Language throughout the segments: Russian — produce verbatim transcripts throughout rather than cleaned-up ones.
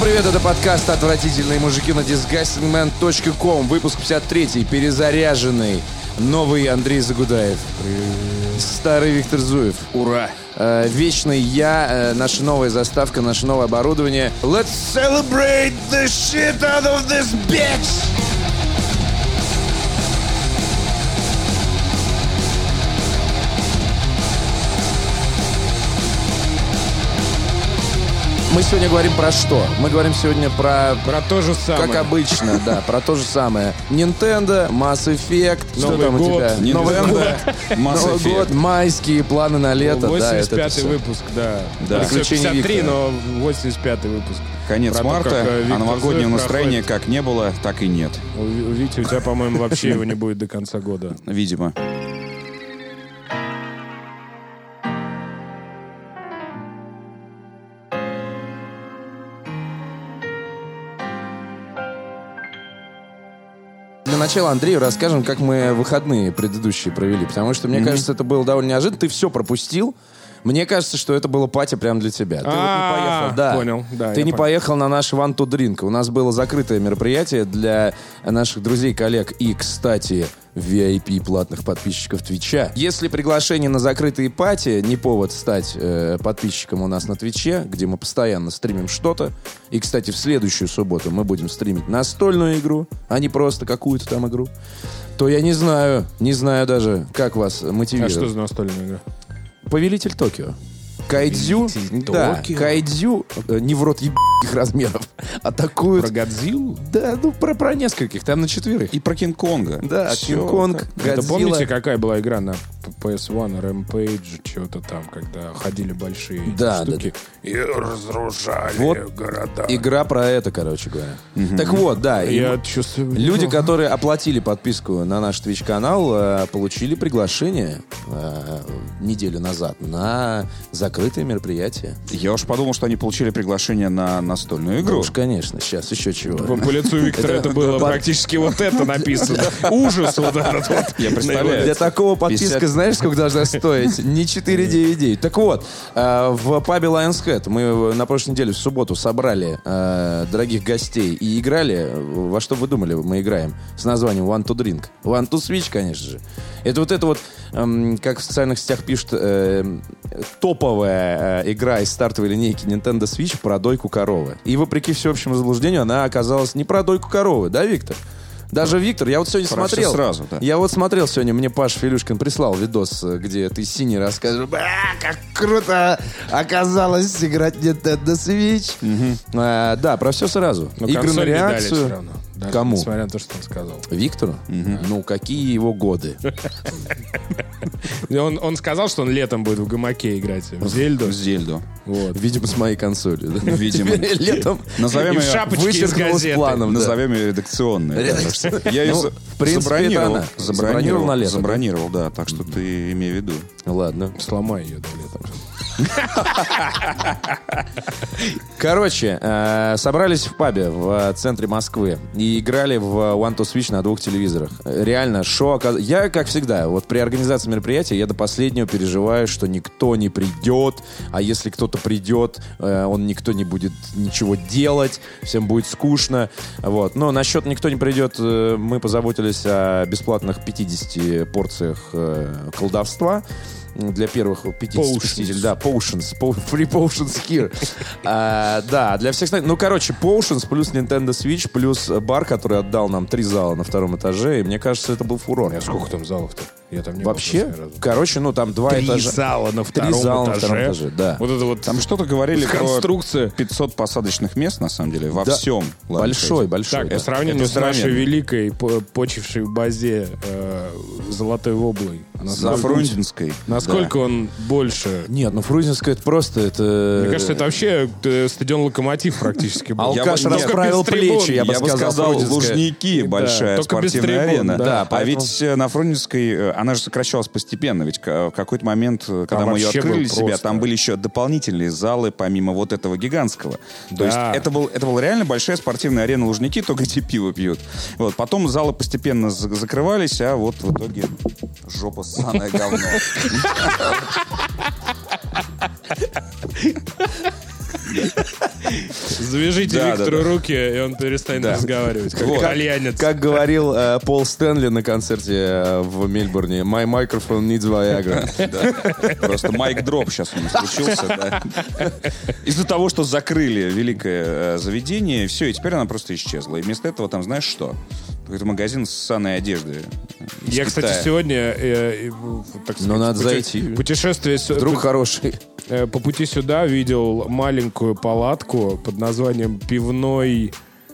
привет, это подкаст «Отвратительные мужики» на дисгастинг мэн точка ком. Выпуск пятьдесят третий, перезаряженный. Новый Андрей Загудаев. Привет. Старый Виктор Зуев. Ура! Э, вечный я, э, наша новая заставка, наше новое оборудование. Let's celebrate the shit out of this bitch! Мы сегодня говорим про что? Мы говорим сегодня про... Про то же самое. Как обычно, да, про то же самое. Nintendo, Mass Effect. Новый что там год. у тебя? Nintendo, Новый год. Mass Новый Effect. год, майские планы на лето. восемьдесят пятый да, это все. выпуск, да. Да. Всё, Приключения пятьдесят три, Виктора. но восемьдесят пятый выпуск. Конец Про то, марта, как, э, а Виктор новогоднего Зуев настроения проходит. как не было, так и нет. У у Вити, у тебя, по-моему, вообще его не будет до конца года. Видимо. Для начала Андрею расскажем, как мы выходные предыдущие провели. Потому что, мне кажется, это было довольно неожиданно. Ты все пропустил. Мне кажется, что это было пати прямо для тебя. Ты вот не А, поехал. Да. понял, да, Ты я не понял. поехал на наш One to Drink. У нас было закрытое мероприятие для наших друзей, коллег и, кстати, ви ай пи платных подписчиков Твича. Если приглашение на закрытые пати не повод стать э, подписчиком у нас на Твиче, где мы постоянно стримим что-то, и, кстати, в следующую субботу мы будем стримить настольную игру, а не просто какую-то там игру, то я не знаю, не знаю даже, как вас А мотивировать. что за настольная игра? Повелитель Токио. Кайдзю, Повелитель да, Токио. кайдзю, э, не в рот ебаных размеров, атакуют. Про Годзиллу? Да, ну про, про нескольких, там на четверых. И про Кинг-Конга. Да, Всё Кинг-Конг, как- Это Годзилла. помните, какая была игра на пи эс один, Rampage, что-то там, когда ходили большие эти Да, штуки и разрушали Вот города. Игра про это, короче говоря. Так вот, да, и Я чувствую... люди, которые оплатили подписку на наш Twitch-канал, э, получили приглашение э, неделю назад на закрытое мероприятие. Я уж подумал, что они получили приглашение на настольную Ну игру. уж, конечно, сейчас еще чего. По, по лицу Виктора это было практически вот это написано. Ужас вот этот вот. Я представляю. Для такого подписка, пятьдесят знаешь, сколько должна стоить? Не четыре девять девять. Так вот, э, в пабе Lion's Head мы на прошлой неделе в субботу собрали э, дорогих гостей и играли. Во что вы думали, мы играем? С названием One to Drink. One to Switch, конечно же. Это вот это вот, эм, как в социальных сетях пишут, э, топовая э, игра из стартовой линейки Nintendo Switch про дойку коровы. И вопреки всеобщему заблуждению, она оказалась не про дойку коровы, да, Виктор? Даже Виктор, я вот сегодня Про всё смотрел. сразу, да. Я вот смотрел сегодня, мне Паша Филюшкин прислал видос, где ты синий рассказываешь. А, как круто оказалось играть Nintendo Switch. А, да, про все сразу. Но Игры на консоль не дали реакцию. всё равно. Даже Кому? Несмотря на то, что он сказал. Виктору? Ну, какие его годы? И Он, он сказал, что он летом будет в гамаке играть в Зельду. В Зельду. Вот. Видимо, с моей консолью. да? Видимо. Теперь летом Назовем И в ее, шапочке из вычеркнула с газеты. планом. да. назовем ее редакционной. да. Я ее Ну, за- в принципе, забронировал. это она. Забронировал Забронировал на лето, да? Забронировал, да. Так что ты имей в виду. Ладно. Сломай ее до лета. Короче, э, собрались в пабе в э, центре Москвы и играли в One to Switch на двух телевизорах. Э, Реально, шо оказ- Я, как всегда, вот при организации мероприятия я до последнего переживаю, что никто не придет, а если кто-то придет, э, он никто не будет ничего делать, всем будет скучно. Вот. Но насчет никто не придет, э, мы позаботились о бесплатных пятидесяти порциях э, колдовства. Для первых пятидесяти Potions. посетителей. Да, Potions. Po- Free Potions here. А, да, для всех... Ну, короче, Potions плюс Nintendo Switch плюс бар, который отдал нам три зала на втором этаже. И мне кажется, это был фурор. А сколько там залов-то? Я там не был Вообще, просто ни разу. короче, ну, там два Три этажа. зала на Три втором зала на этаже. втором этаже, да. Вот это вот Там что-то говорили про конструкция. пятьсот посадочных мест, на самом деле, во Да. всем. Большой, большой. Так, да. по сравнению Это с нашей здоровенно. великой, по- почившей в базе э, Золотой Воблой, За насколько, Фрунзенской. насколько он больше... Нет, ну, Фрунзенская это просто... Это... Мне кажется, это вообще э, стадион «Локомотив» практически был. Алкаш Я бы- расправил Только без трибун. плечи, я бы Я бы сказал, сказал, Фрунзенская. Лужники, Да, большая только без спортивная трибун, арена. да, а поэтому- ведь э, на Фрунзенской, э, она же сокращалась постепенно. Ведь к- в какой-то момент, э, когда мы ее вообще открыли был для себя, просто. там были еще дополнительные залы, помимо вот этого гигантского. То Да. есть это, был, это была реально большая спортивная арена Лужники, только где пиво пьют. Вот. Потом залы постепенно за- закрывались, а вот в итоге жопа ссаное говно. Завяжите Да, Виктору да, да. руки, и он перестанет Да. разговаривать, как Вот. итальянец. Как говорил э, Пол Стэнли на концерте э, в Мельбурне, «My microphone needs Viagra». Да. Просто майк-дроп сейчас у нас случился. Да. Из-за того, что закрыли великое э, заведение, все, и теперь она просто исчезла. И вместо этого там, знаешь что? Какой-то магазин с ссаной одежды. из Я, кстати, Китая. сегодня, э, э, так сказать, Ну, надо пути- зайти. путешествие с- Вдруг пу- хороший. э, по пути сюда видел маленькую палатку под названием «Пивной...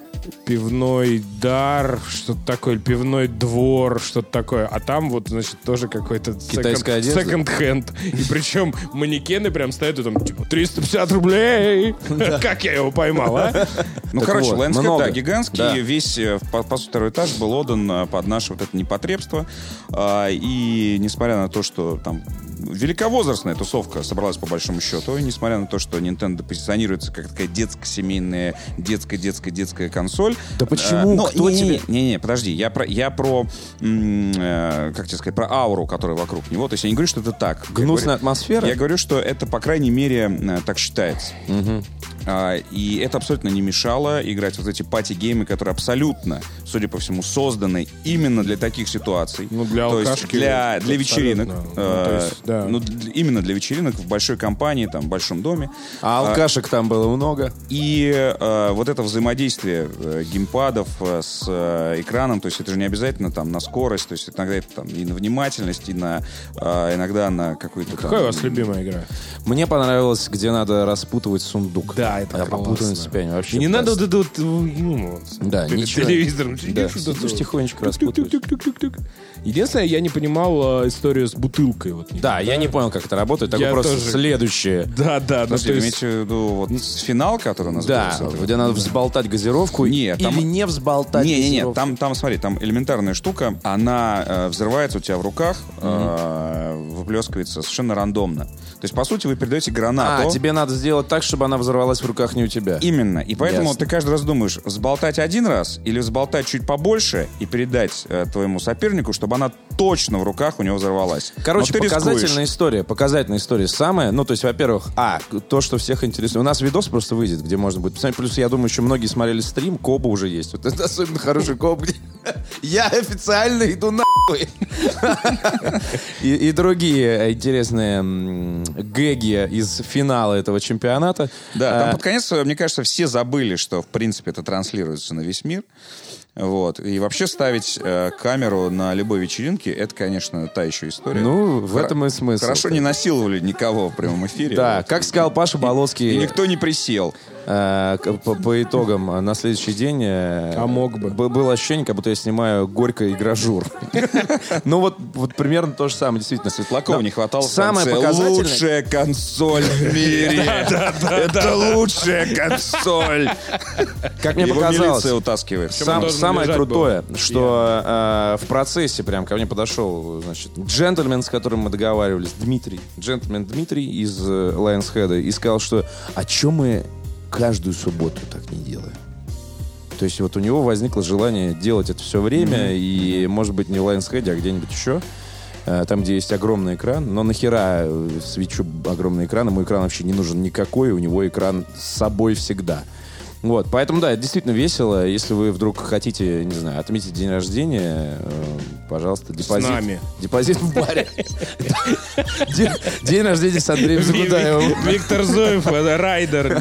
пивной дар», что-то такое, или «Пивной двор», что-то такое. А там вот, значит, тоже какой-то Китайская одежда? секонд-хенд. И причем манекены прям стоят, и там, типа, триста пятьдесят рублей. Как я его поймал, а? Ну, Так короче, вот, лендскейп, много. да, гигантский. Да. Весь, э, по, по сути, второй этаж был отдан э, под наше вот это непотребство. А, и несмотря на то, что там великовозрастная тусовка собралась по большому счету, и несмотря на то, что Nintendo позиционируется как такая детско-семейная, детская-детская-детская консоль. Да почему? э, но- Кто не, тебе- Не, не, подожди, я про, я про м, э, как тебе сказать, про ауру, которая вокруг него. То есть я не говорю, что это так. Я Гнусная говорю- атмосфера? Я говорю, что это, по крайней мере, э, так считается. А, и это абсолютно не мешало играть вот эти пати-геймы, которые абсолютно, судя по всему, созданы именно для таких ситуаций. Ну, для то есть алкашки для, для вечеринок. абсолютно. Ну, э, то есть, да. ну, для- именно для вечеринок в большой компании, там, в большом доме. А алкашек там было много. И э, вот это взаимодействие э, геймпадов э, с э, экраном, то есть это же не обязательно там на скорость, то есть иногда это там и на внимательность, и на э, иногда на какую-то там... Какая у вас любимая игра? Мне понравилось, где надо распутывать сундук. Да, это Я классно. попутал на себя, вообще И не надо классно. вот это вот, ну, вот, Да, перед ничего. телевизором Да, сидишь, вот это сидишь вот. тихонечко распутываешь. Тук-тук-тук-тук-тук. Единственное, я не понимал э, историю с бутылкой. Вот, Да, я не понял, как это работает. Такое Я просто тоже. следующее. Да, да, ну Подожди, то вы есть... имеете в виду вот финал, который у нас Да, был? где надо взболтать газировку Нет, или там- не взболтать Не, не, не, газировку. там, там, смотри, там элементарная штука, она э, взрывается у тебя в руках, э, выплескивается совершенно рандомно. То есть, по сути, вы передаете гранату. А, тебе надо сделать так, чтобы она взорвалась в руках не у тебя. Именно. И поэтому Ясно. ты каждый раз думаешь, взболтать один раз или взболтать чуть побольше и передать э, твоему сопернику, чтобы она точно в руках у него взорвалась. Короче, Но ты показательная рискуешь. история. Показательная история самая. Ну, то есть, во-первых, а, то, что всех интересует. У нас видос просто выйдет, где можно будет посмотреть. Плюс, я думаю, еще многие смотрели стрим. Коба уже есть. Вот это особенно хороший коб, где я официально иду нахуй. И, и другие интересные м, гэги из финала этого чемпионата. Да, там А, под конец, мне кажется, все забыли, что, в принципе, это транслируется на весь мир. Вот. И вообще ставить э, камеру на любой вечеринке, это, конечно, та еще история. Ну, в Хор- этом и смысл. Хорошо не насиловали никого в прямом эфире. Да, Вот. как сказал Паша Болоцкий, И никто не присел. э, к- по, по итогам э, на следующий день э, А мог бы. б- было ощущение, как будто я снимаю «Горько и гражур». Ну вот, вот примерно то же самое, действительно. Светлакова Но не хватало в самое конце. показательное- Лучшая консоль в мире. Это лучшая консоль. Как мне Его показалось, милиция утаскивает. сам- должен самое лежать крутое, был. что э, в процессе прям ко мне подошел, значит, джентльмен, с которым мы договаривались, Дмитрий, джентльмен Дмитрий из э, Lion's Head, и сказал, что а чё мы каждую субботу так не делаем? То есть вот у него возникло желание делать это все время, и, может быть, не в Lion's Head, а где-нибудь еще, э, там, где есть огромный экран. Но нахера э, свечу огромный экран? Ему экран вообще не нужен никакой, у него экран с собой всегда. Вот, поэтому, да, это действительно весело. Если вы вдруг хотите, не знаю, отметить день рождения, э, пожалуйста, депозит. С нами. Депозит в баре. День- День рождения с Андреем Загудаевым. Виктор Зоев, это райдер.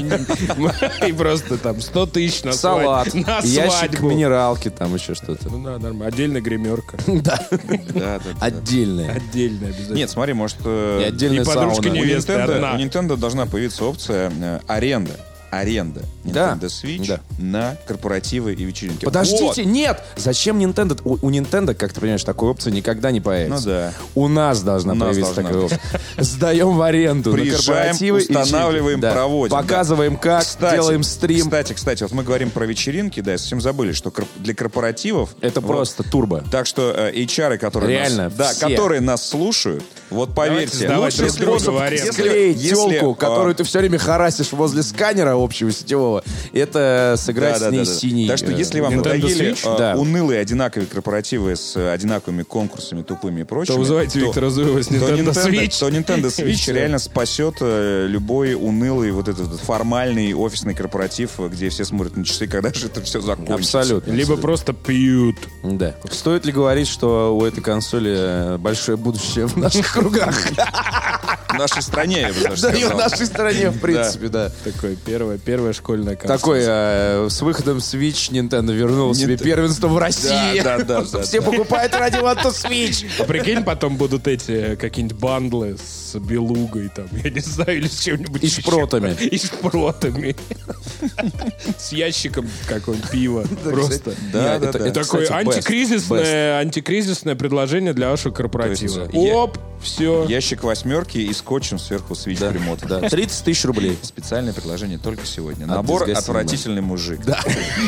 И просто там сто тысяч на Салат, свадьбу. На ящик свадьбу. минералки, там еще что-то. Ну да, нормально. Отдельная гримерка. Да, Да, да, да. отдельное. Отдельная обязательно. Нет, смотри, может... э, И отдельная И подружка сауна. у невесты Nintendo, одна. у Nintendo должна появиться опция э, аренда. Аренда Да. Nintendo Switch Да. на корпоративы и вечеринки. Подождите, Вот. нет! Зачем Nintendo? У, у Nintendo, как ты понимаешь, такой опции никогда не появится. Ну да. У нас должна У нас появиться должна такая быть. опция. Сдаем в аренду на Приезжаем, корпоративы и устанавливаем, вечеринки. Да. проводим, да. Показываем как, Кстати, делаем стрим. Кстати, кстати, вот мы говорим про вечеринки, да, совсем забыли, что кор- для корпоративов... Это вот, просто турбо. Так что э, эйч ар, которые Реально, нас, да, все. которые нас слушают, вот поверьте, сдавать лучший друг другу способ, в аренду. если- Склеить если, телку, а, которую ты все время харасишь возле сканера общего сетевого, одного. Это сыграть Да, с ней да, да, да. синий. Так что, если вам Nintendo надоели Switch, э, да. унылые одинаковые корпоративы с э, одинаковыми конкурсами тупыми и прочими, То вызывайте Виктора Зуева с то Nintendo Nintendo, Switch. то Nintendo И Switch всё. реально спасет э, любой унылый вот этот вот формальный офисный корпоратив, э, где все смотрят на часы, когда же это все закончится. Абсолютно. Либо просто пьют. Да. Стоит ли говорить, что у этой консоли большое будущее в наших кругах? В нашей стране, я бы даже Да, и в сказал. нашей стране, в принципе, да. Такое первое, первая школьная консоль. Такой, э, с выходом Switch Nintendo вернул себе первенство в России. Да, да, да, Потому что да, все да. покупают ради One to Switch. А прикинь, потом будут эти какие-нибудь бандлы с белугой, там, я не знаю, или с чем-нибудь И еще. шпротами. И шпротами. С ящиком какого-нибудь пива. Просто. Да, Нет, да, это- да. это, Такое кстати, best. Best. антикризисное, антикризисное предложение для вашего корпоратива. То есть, я- Оп, все. Ящик восьмерки и скотчем сверху Switch Да, примотан. да. тридцать тысяч рублей. Специальное предложение только сегодня. От Набор Disgusting «Отвратительный мужик». Да.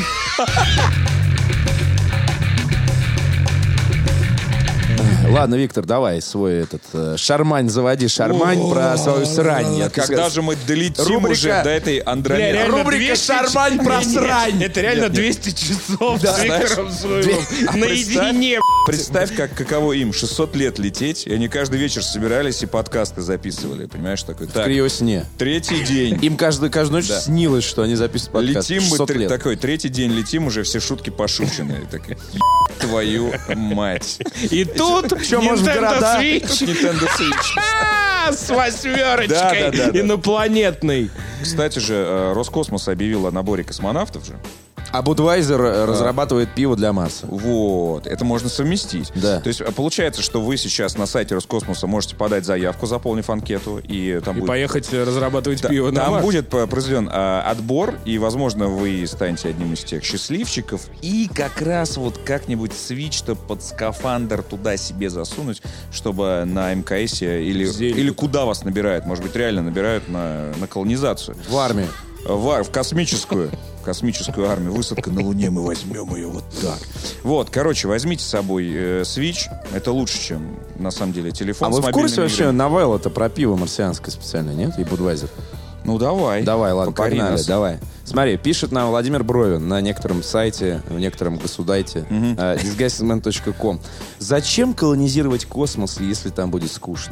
Ладно, Виктор, давай свой этот э, шармань заводи, шармань про свою срань. Я Когда сказал, же мы долетим Рубрика- уже до этой Бля, Андромеды? реально Рубрика двести «Шармань про Нет, нет, срань». Это реально Нет, нет. двести часов Да, с Виктором Зуевым. А представь- Наедине. Представь, как, каково им шестьсот лет лететь, и они каждый вечер собирались и подкасты записывали, понимаешь, такой. в Так, криосне. третий день. Им каждую, каждую ночь Да. снилось, что они записывают подкаст. Летим мы, шестьсот тр- лет. такой, третий день летим, уже все шутки пошученные. Такой, «Еб твою мать. И тут Чё, может, в Nintendo города? Switch. Nintendo Switch. А, с восьмерочкой Да, да, да, да. инопланетной. Кстати же, э, Роскосмос объявил о наборе космонавтов же. А Budweiser э, разрабатывает пиво для Марса. Вот, это можно совместить. Да. То есть э, получается, что вы сейчас на сайте Роскосмоса можете подать заявку, заполнив анкету, и там И будет... поехать разрабатывать Да, пиво на там Марс. будет по- произведен а, отбор, и, возможно, вы станете одним из тех счастливчиков. И как раз вот как-нибудь Switch-то под скафандр туда себе засунуть, чтобы на МКСе или, Зелень. или куда вас набирают. Может быть, реально набирают на, на колонизацию. В армию. В, ар- в космическую. Космическую армию. Высадка на Луне, мы возьмем ее вот так. Вот, короче, возьмите с собой э, Switch. Это лучше, чем, на самом деле, телефон А с вы в мобильными курсе вообще, играми. новелла-то про пиво марсианское специально, нет? И Budweiser. Ну, давай. Давай, ладно, Покори погнали, нас. давай. Смотри, пишет нам Владимир Бровин на некотором сайте, в некотором госудайте, э, disgustingman точка com. Зачем колонизировать космос, если там будет скучно?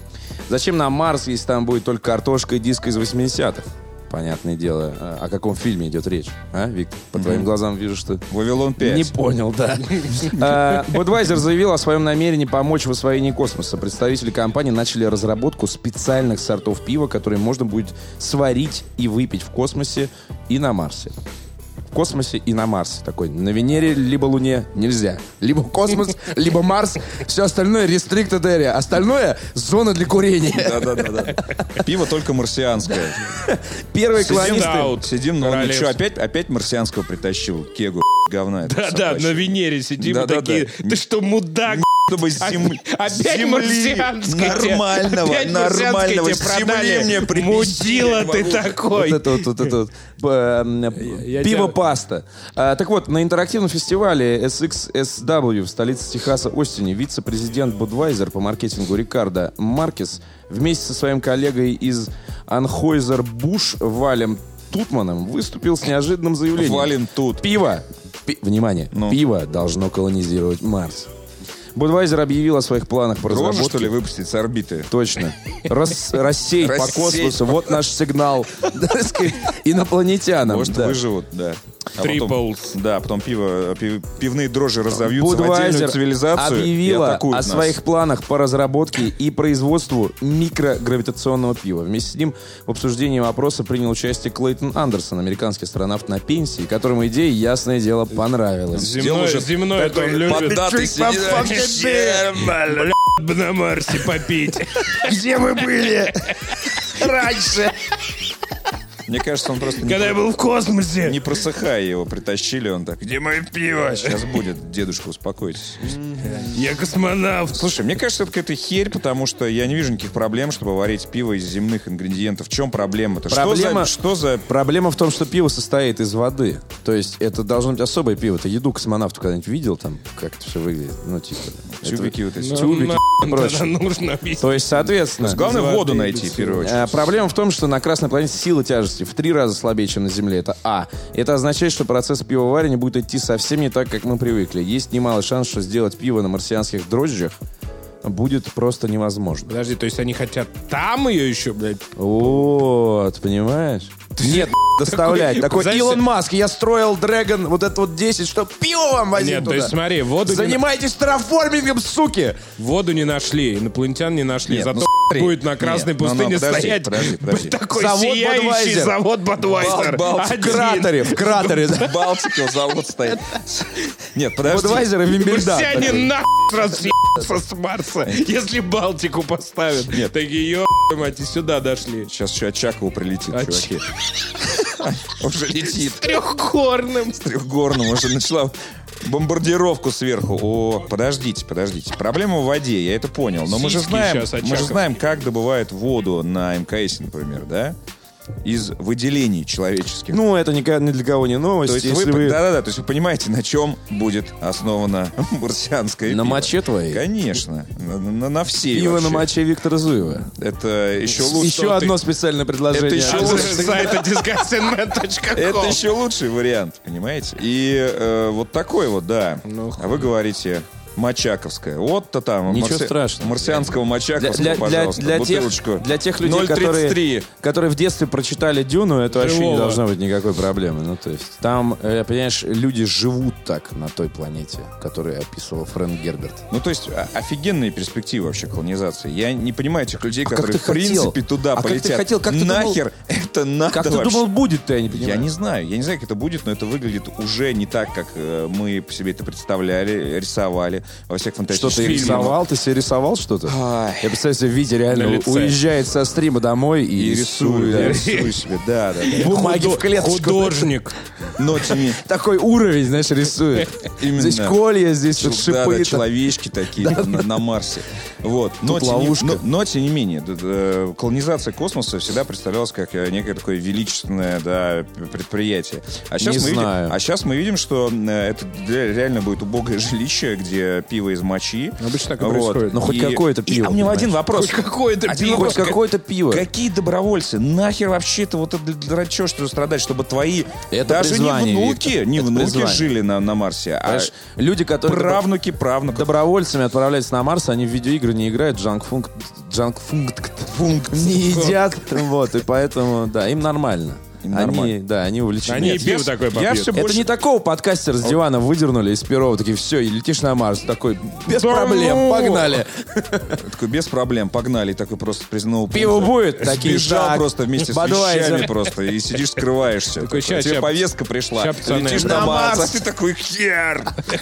Зачем нам Марс, если там будет только картошка и диско из восьмидесятых? Понятное дело. А о каком фильме идет речь? А, Виктор? По твоим глазам вижу, что... Вавилон пять. Не понял, да. А, Budweiser заявил о своем намерении помочь в освоении космоса. Представители компании начали разработку специальных сортов пива, которые можно будет сварить и выпить в космосе и на Марсе. В космосе и на Марсе. Такой, на Венере либо Луне нельзя. Либо космос, либо Марс. Все остальное restricted area. Остальное зона для курения. Да-да-да. Пиво только марсианское. Первые Сидим, колонисты... Аут. Сидим, ну он Королевство. что, опять, опять марсианского притащил? Кегу говна. это Да-да, собачье. на Венере сидим и Да-да-да. такие, ты что, мудак? Чтобы с зем- Опять земли марсианское тебе- нормального, опять нормального марсианское тебе с земли продали. мне привезти. Мудила ты Вот такой. Вот это вот, вот это вот. П- Я Пиво-паста. А, так вот, на интерактивном фестивале эс икс эс дабл ю в столице Техаса Остине вице-президент Budweiser по маркетингу Рикардо Маркес вместе со своим коллегой из Анхойзер-Буш Валем Тутманом выступил с неожиданным заявлением. Валим тут. Пиво, пи- внимание, Ну. пиво должно колонизировать Марс. Budweiser объявил о своих планах по Рожу, разработке. что ли, выпустить с орбиты? Точно. Рас- рассеять по Рассеять космосу. Вот наш сигнал, так сказать, инопланетянам. Может, Да. выживут, да. А Триплс. потом, да, потом пиво, пив- пивные дрожжи разовьются в отдельную Budweiser цивилизацию и объявила атакуют о нас. своих планах по разработке и производству микрогравитационного пива. Вместе с ним в обсуждении вопроса принял участие Клейтон Андерсон, американский астронавт на пенсии, которому идея, ясное дело, понравилась. Сделал Земной, уже земной это он такой любит. поддатый сидит, вообще нормально. Бы на Марсе попить. Где вы были раньше? Мне кажется, он просто не, Когда я был в космосе. не просыхая его притащили, он так, где мое пиво? Сейчас будет, дедушка, успокойтесь. Я космонавт. Слушай, мне кажется, это какая-то херь, потому что я не вижу никаких проблем, чтобы варить пиво из земных ингредиентов. В чем проблема-то? Проблема- Что за... Что за... Проблема в том, что пиво состоит из воды. То есть это должно быть особое пиво. Ты еду космонавту когда-нибудь видел там, как это все выглядит? Ну, типа... Тюбики вот эти. Тюбики и прочее. Нужно объяснить. То есть, соответственно... Главное Золотые воду найти, лица. в первую очередь. А, Проблема в том, что на Красной планете сила тяжести в три раза слабее, чем на Земле. Это А. Это означает, что процесс пивоварения будет идти совсем не так, как мы привыкли. Есть немалый шанс, что сделать пиво на марсианских дрожжах будет просто невозможно. Подожди, то есть они хотят там ее еще, блядь? Вот, понимаешь? Нет, доставлять. Такой знаешь, Илон Маск, я строил Dragon вот это вот десять, что пиво вам возить Нет, туда. то есть смотри, воду не, Занимайтесь терраформингом, суки! воду не нашли, инопланетян не нашли, Нет, зато ну, смотри. будет на Красной Нет, ну, ну, пустыне подожди, стоять подожди, подожди. такой Завод сияющий Budweiser. завод Budweiser. Бал- Бал- В Один. кратере, в кратере. Балтика, завод стоит. Нет, подожди. Будвайзер и Вимбельдат. Марсиане такой. нахуй сразу съебутся с Марса, если Балтику поставят. Нет. Такие, ё мать, и сюда дошли. Сейчас еще Очакову прилетит, А чуваки. Уже летит. Трехгорным. Трехгорным уже начала бомбардировку сверху. О, подождите, подождите. Проблема в воде, я это понял. Но мы же Сиськи знаем, щас, мы же Очаков. знаем, как добывают воду на эм ка эс, например, да? Из выделений человеческих. Ну, это никогда ни для кого не новость. То есть Если вы, вы да-да-да, то есть вы понимаете, на чем будет основана марсианская на пиво. моче твоей. Конечно, на, на, на всей Пиво на вообще. моче Виктора Зуева. Это еще лучше. Еще одно специальное предложение. Это еще А, лучше. С сайта disgustingman точка com. Это еще лучший вариант, понимаете? И э, вот такой вот, да. Ну, а вы говорите мочаковская. Вот-то там. Ничего страшного. Марсианского Для, мочаковского, для, для, пожалуйста, для тех, бутылочку. для тех людей, ноль тридцать три. которые, которые в детстве прочитали Дюну, это вообще не Живого. должно быть никакой проблемы. Ну, то есть, там, э, понимаешь, люди живут так на той планете, которую описывал Фрэнк Герберт. Ну, то есть, а- офигенные перспективы вообще колонизации. Я не понимаю этих людей, А как которые, ты в принципе, хотел? туда А как ты полетят. хотел? Как ты думал? Нахер это надо Как ты вообще? думал, будет-то, я не понимаю. Я не знаю. Я не знаю, как это будет, но это выглядит уже не так, как э, мы себе это представляли, рисовали во всех Что фантастических ты фильмах. рисовал? Ты себе рисовал что-то? Ай. Я представляю себе, Витя На реально лице. уезжает со стрима домой и, И рисую, да, рисует. рисую себе, да, да, да. Бумаги в клеточку. Художник. Но тем не Такой уровень, знаешь, рисует. Именно. Здесь колья, здесь вот да, шипы. да, там. человечки такие на, на Марсе. Вот. Но, Тут тем не, ловушка. но, но, тем не менее, д- д- колонизация космоса всегда представлялась как э, некое такое величественное, да, предприятие. А сейчас, Не мы знаю. Видим, а сейчас мы видим, что э, это для- реально будет убогое жилище, где пиво из мочи. Обычно так и Вот. происходит. Ну, хоть И- какое-то и- пиво, А мне понимаешь? один вопрос. Хоть какое-то Один пиво. вопрос. Хоть какое-то пиво. Какие добровольцы? Нахер вообще это вот для, для чего что страдать, чтобы твои Это даже призвание, не внуки, Виктор. не Это внуки призвание. жили на, на Марсе, а Понимаешь, люди, которые правнуки, правнуки. добровольцами отправляются на Марс, они в видеоигры не играют, джанкфунк, джанкфунк не едят, вот, и поэтому, да, им нормально. Им Они, нормально. да, они увлечены. Они и Нет, пиво я- такое я попьют. все Это больше- не такого подкастера с дивана выдернули из Перова, такие, все, и летишь на Марс, такой, без Да проблем, ну! погнали. Такой, без проблем, погнали. И такой просто признал. Пиво будет? Такие, Сбежал так, просто вместе с Budweiser. вещами просто. И сидишь, скрываешься. Такой, Такой, ща, тебе ща, повестка пришла. ща, пацаны. Летишь На на Марс, Марс. а ты такой, хер!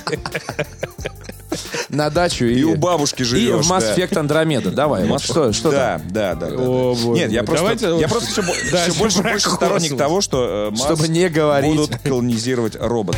На дачу и... И у бабушки И живешь. в Mass да. Effect Андромеда. Давай, вот что, что да, там? да, да, да. О, боже Нет, я мой. просто, Давайте я просто все, дальше все больше и про больше космос. сторонник того, что э, Марс Чтобы не говорить. будут колонизировать роботы.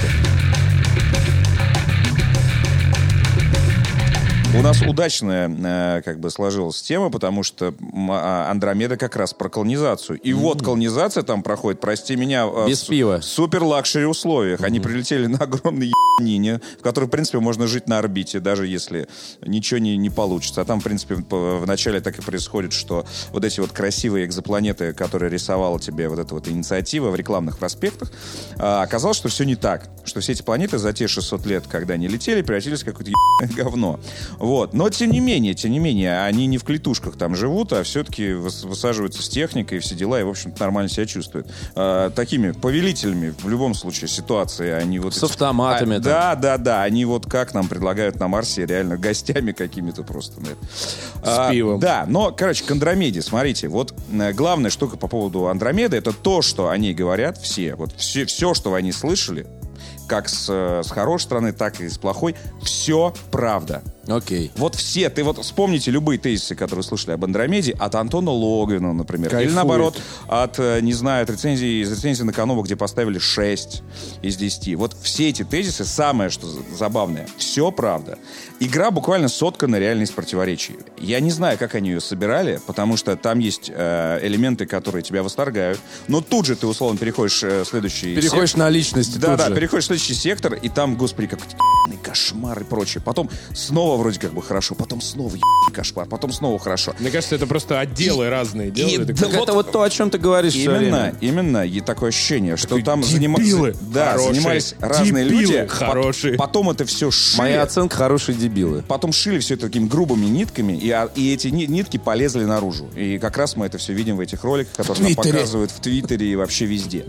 У нас удачная э, как бы сложилась тема, потому что м, а, Андромеда как раз про колонизацию. И вот колонизация там проходит, прости меня, э, Без в, пива. в супер-лакшери условиях. Они прилетели на огромной ебанине, в которой, в принципе, можно жить на орбите, даже если ничего не, не получится. А там, в принципе, по- вначале так и происходит, что вот эти вот красивые экзопланеты, которые рисовала тебе вот эта вот инициатива в рекламных проспектах, а, оказалось, что все не так. Что все эти планеты за те шестьсот лет, когда они летели, превратились в какое-то ебаное говно. Вот. Но, тем не менее, тем не менее, они не в клетушках там живут, а все-таки выс- высаживаются с техникой и все дела, и, в общем-то, нормально себя чувствуют. А, такими повелителями, в любом случае, ситуации, они вот... С эти- автоматами А, там. да, да, да. Они вот как нам предлагают на Марсе, реально гостями какими-то просто. Наверное. С пивом. Да, но, короче, к Андромеде, смотрите, вот э, главная штука по поводу Андромеды, это то, что они говорят все. Вот все, все что они слышали, как с, э, с хорошей стороны, так и с плохой, все правда. Окей. Вот все, ты вот вспомните любые тезисы, которые слышали об Андромеде, от Антона Логвина, например. Кайфует. Или наоборот, от, не знаю, от рецензии, из рецензии на Канобу, где поставили шесть из десяти. Вот все эти тезисы, самое, что забавное, все правда. Игра буквально соткана реально из противоречий. Я не знаю, как они ее собирали, потому что там есть э, элементы, которые тебя восторгают, но тут же ты, условно, переходишь э, в следующий Переходишь сектор. на личность. Да, тут да, же. переходишь в следующий сектор, и там, господи, какой-то кошмар и прочее. Потом снова вроде как бы хорошо, потом снова ебаный кошмар, потом снова хорошо. Мне кажется, это просто отделы И- разные и- делают. да, Так это вот то, о чем ты говоришь всё Именно, время. именно, и такое ощущение, что Такой там дебилы занимались, да, хорошие, занимались разные дебилы люди, пот- хорошие. потом это все шили, Моя оценка — хорошие дебилы. потом шили все это такими грубыми нитками, и, а- и эти ни- нитки полезли наружу. И как раз мы это все видим в этих роликах, которые нам Твиттере. показывают в Твиттере и вообще везде.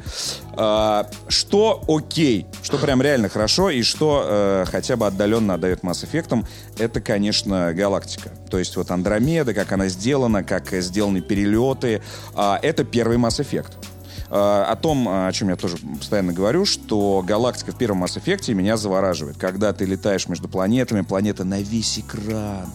А, что окей, что прям реально хорошо, и что э, хотя бы отдаленно отдает Mass Effect'ам, это, конечно, галактика. То есть вот Андромеда, как она сделана, как э, сделаны перелеты, а, это первый Mass Effect. А, о том, о чем я тоже постоянно говорю, что галактика в первом Mass Effect'е меня завораживает. Когда ты летаешь между планетами, планета на весь экран.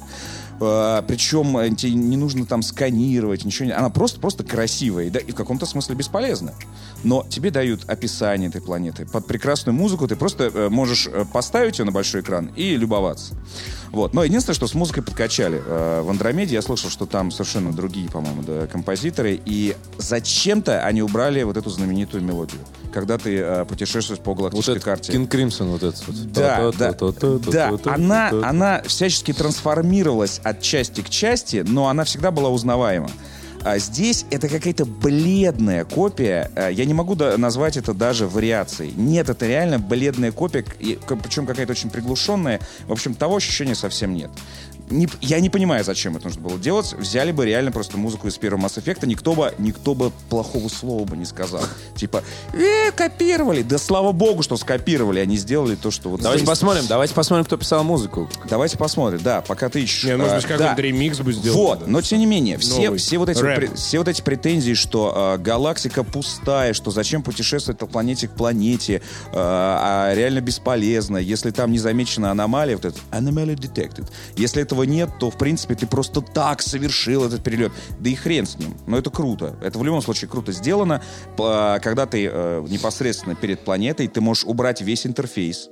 А, причем э, тебе не нужно там сканировать, ничего не... Она просто, просто красивая и, да, и в каком-то смысле бесполезная. Но тебе дают описание этой планеты. Под прекрасную музыку ты просто э, можешь э, поставить ее на большой экран и любоваться. Вот. Но единственное, что с музыкой подкачали. Э, в Андромеде я слышал, что там совершенно другие, по-моему, да, композиторы. И зачем-то они убрали вот эту знаменитую мелодию. Когда ты э, путешествуешь по Вот галактической это карте. Кинг Кримсон вот этот вот. Да, да, да. Она, она всячески трансформировалась от части к части, но она всегда была узнаваема. А здесь это какая-то бледная копия. А, Я не могу да- назвать это даже вариацией. Нет, это реально бледная копия, и, к- причем какая-то очень приглушенная. В общем, того ощущения совсем нет. Не- я не понимаю, зачем это нужно было делать. Взяли бы реально просто музыку из первого Mass Effect'а, никто бы, никто бы плохого слова бы не сказал. Типа, э, копировали. Да слава богу, что скопировали, они сделали то, что вот... Давайте здесь. посмотрим, давайте посмотрим, кто писал музыку. Давайте посмотрим, да, пока ты ищешь. Не, может быть, А, какой-нибудь да. ремикс бы сделал. Вот, да. но тем не менее, все, Новый. все, вот эти, Рэп. пре- все вот эти претензии, что а, галактика пустая, что зачем путешествовать от планеты к планете, а, а реально бесполезно, если там не замечена аномалия, вот это anomaly detected. Если этого нет, то, в принципе, ты просто так совершил этот перелет. Да и хрен с ним. Но это круто. Это в любом случае круто сделано. П- Когда ты э, непосредственно перед планетой, ты можешь убрать весь интерфейс.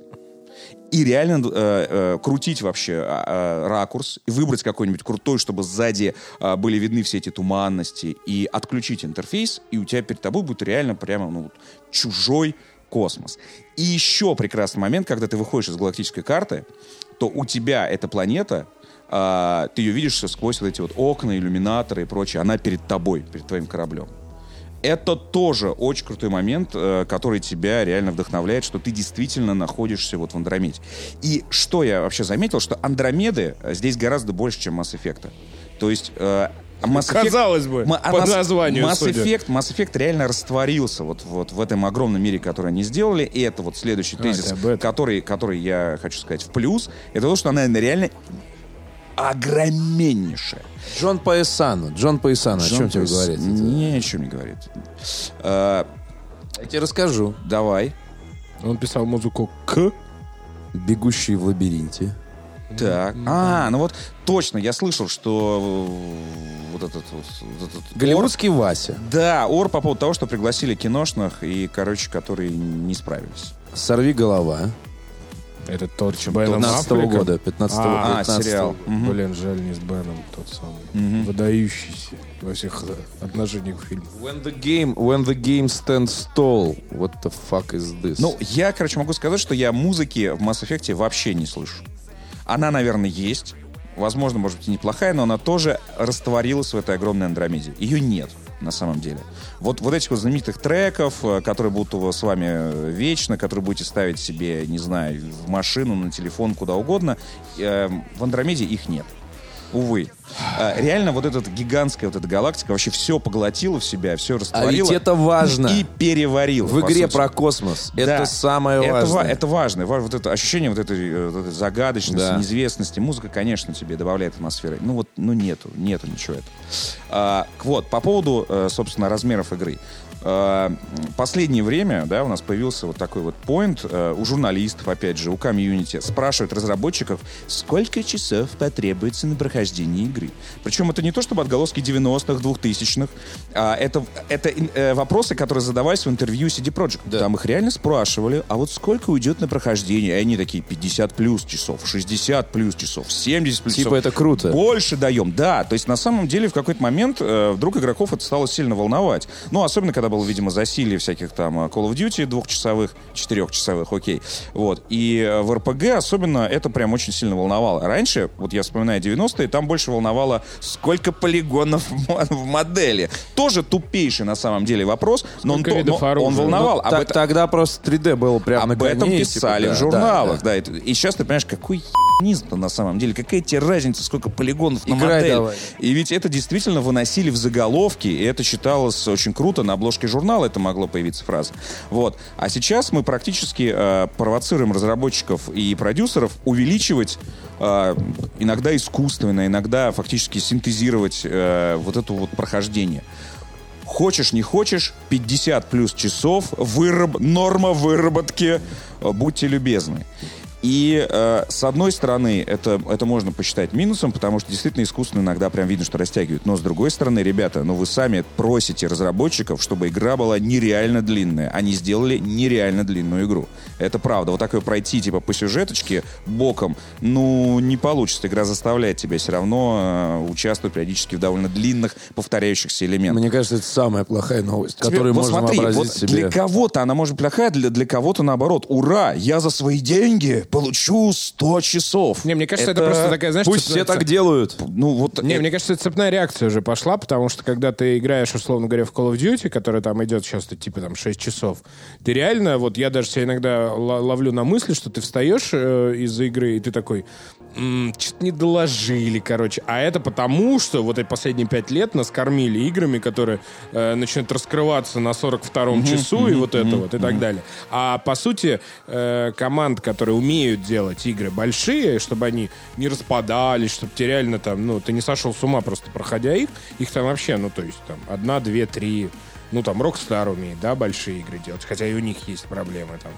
И реально э, э, крутить вообще э, э, ракурс, и выбрать какой-нибудь крутой, чтобы сзади э, были видны все эти туманности, и отключить интерфейс, и у тебя перед тобой будет реально прямо ну, вот, чужой космос. И еще прекрасный момент, когда ты выходишь из галактической карты, то у тебя эта планета, э, ты ее видишь сквозь вот эти вот окна, иллюминаторы и прочее, она перед тобой, перед твоим кораблем. Это тоже очень крутой момент, э, который тебя реально вдохновляет, что ты действительно находишься вот в Андромеде. И что я вообще заметил, что Андромеды э, здесь гораздо больше, чем Mass Effect. То есть... э, Mass Effect- Казалось бы, Ма- а по Mass- названию Mass судя. Effect, Mass Effect реально растворился вот, вот в этом огромном мире, который они сделали. И это вот следующий А, тезис, это об этом. который, который я хочу сказать в плюс. Это то, что она реально огроменнейшая. Джон Паэсано. Джон Паэсано, о чем тебе Джон говорит? Пейс- Ни о чем не говорит. Э, Я тебе расскажу. Давай. Он писал музыку к... «Бегущий в лабиринте». Так. А, ну вот точно, я слышал, что э, вот этот вот... вот этот Голливудский Вася. ор- Да, ор по поводу того, что пригласили киношных и, короче, которые не справились. «Сорви голова». Это тот, с Беном пятнадцатого Аффлеком. года. пятнадцатого А, А, пятнадцатого. сериал. Мгм. Блин, жаль, не с Беном тот самый. Мгм. Выдающийся во всех э, отношениях фильма. When the game, when the game stands tall, what the fuck is this? Ну, я, короче, могу сказать, что я музыки в Mass Effect вообще не слышу. Она, наверное, есть. Возможно, может быть, и неплохая, но она тоже растворилась в этой огромной Андромеде. Ее нет, на самом деле. Вот, вот этих вот знаменитых треков, э, которые будут у вас с вами э, вечно, которые будете ставить себе, не знаю, в машину, на телефон, куда угодно, э, в Андромеде их нет. Увы. а, реально вот эта гигантская вот эта галактика вообще все поглотила в себя, все растворила. А ведь это важно. И переварила. В игре про космос. Да. Это самое это важное. Ва- это важно. Вот это ощущение вот этой, вот этой загадочности, да. неизвестности. Музыка, конечно, тебе добавляет атмосферы. Ну вот, ну нету, нету ничего этого. А, вот, по поводу, собственно, размеров игры. Последнее время, да, у нас появился вот такой вот поинт у журналистов, опять же, у комьюнити, спрашивают разработчиков, сколько часов потребуется на прохождение игры. Причем это не то, чтобы отголоски девяностых, двухтысячных, а это, это э, вопросы, которые задавались в интервью си ди Projekt. Да. Там их реально спрашивали, а вот сколько уйдет на прохождение? И они такие, пятьдесят плюс часов, шестьдесят плюс часов, семьдесят плюс типа часов. Типа это круто. Больше даем, да. То есть на самом деле в какой-то момент э, вдруг игроков это стало сильно волновать. Ну, особенно, когда было, видимо, засилие всяких там Call of Duty двухчасовых, четырехчасовых, окей. Вот. И в эр пи джи особенно это прям очень сильно волновало. Раньше, вот я вспоминаю девяностые, там больше волновало, сколько полигонов в модели. Тоже тупейший на самом деле вопрос, но он, то, но он волновал. Ну, так, это... Тогда просто три дэ было прям на Об этом коне, писали типа, в журналах. Да, да. Да. И сейчас ты понимаешь, какой ебанизм-то на самом деле. Какая тебе разница, сколько полигонов на Играй модель. давай. И ведь это действительно выносили в заголовки, и это считалось очень круто. На обложке журнала это могло появиться фраза. Вот. А сейчас мы практически э, провоцируем разработчиков и продюсеров увеличивать э, иногда искусственно, иногда фактически синтезировать э, вот это вот прохождение. Хочешь, не хочешь, пятьдесят плюс часов, выраб... норма выработки, будьте любезны. И э, с одной стороны, это, это можно посчитать минусом, потому что действительно искусственно иногда прям видно, что растягивают. Но с другой стороны, ребята, ну вы сами просите разработчиков, чтобы игра была нереально длинная. Они сделали нереально длинную игру. Это правда. Вот такое пройти типа по сюжеточке боком, ну не получится. Игра заставляет тебя все равно э, участвовать периодически в довольно длинных повторяющихся элементах. Мне кажется, это самая плохая новость, Тебе, которую вот можно смотри, вообразить вот себе. Для кого-то она может быть плохая, для, для кого-то наоборот. Ура! Я за свои деньги получу сто часов. Не, мне кажется, это, это просто такая, знаешь... Пусть цепная... все так делают. Ну, вот Не, это... мне кажется, это цепная реакция уже пошла, потому что когда ты играешь, условно говоря, в Call of Duty, который там идет сейчас типа там шесть часов, ты реально, вот я даже себя иногда ловлю на мысли, что ты встаешь э, из-за игры, и ты такой, м-м, что-то не доложили, короче. А это потому, что вот эти последние пять лет нас кормили играми, которые э, начинают раскрываться на сорок втором mm-hmm, часу, mm-hmm, и вот это mm-hmm, вот, и mm-hmm. так далее. А по сути, э, команд, которые умеют делать игры большие, чтобы они не распадались, чтобы ты реально там, ну, ты не сошел с ума просто проходя их, их там вообще, ну, то есть там одна, две, три, ну, там Rockstar умеет, да, большие игры делать, хотя и у них есть проблемы там.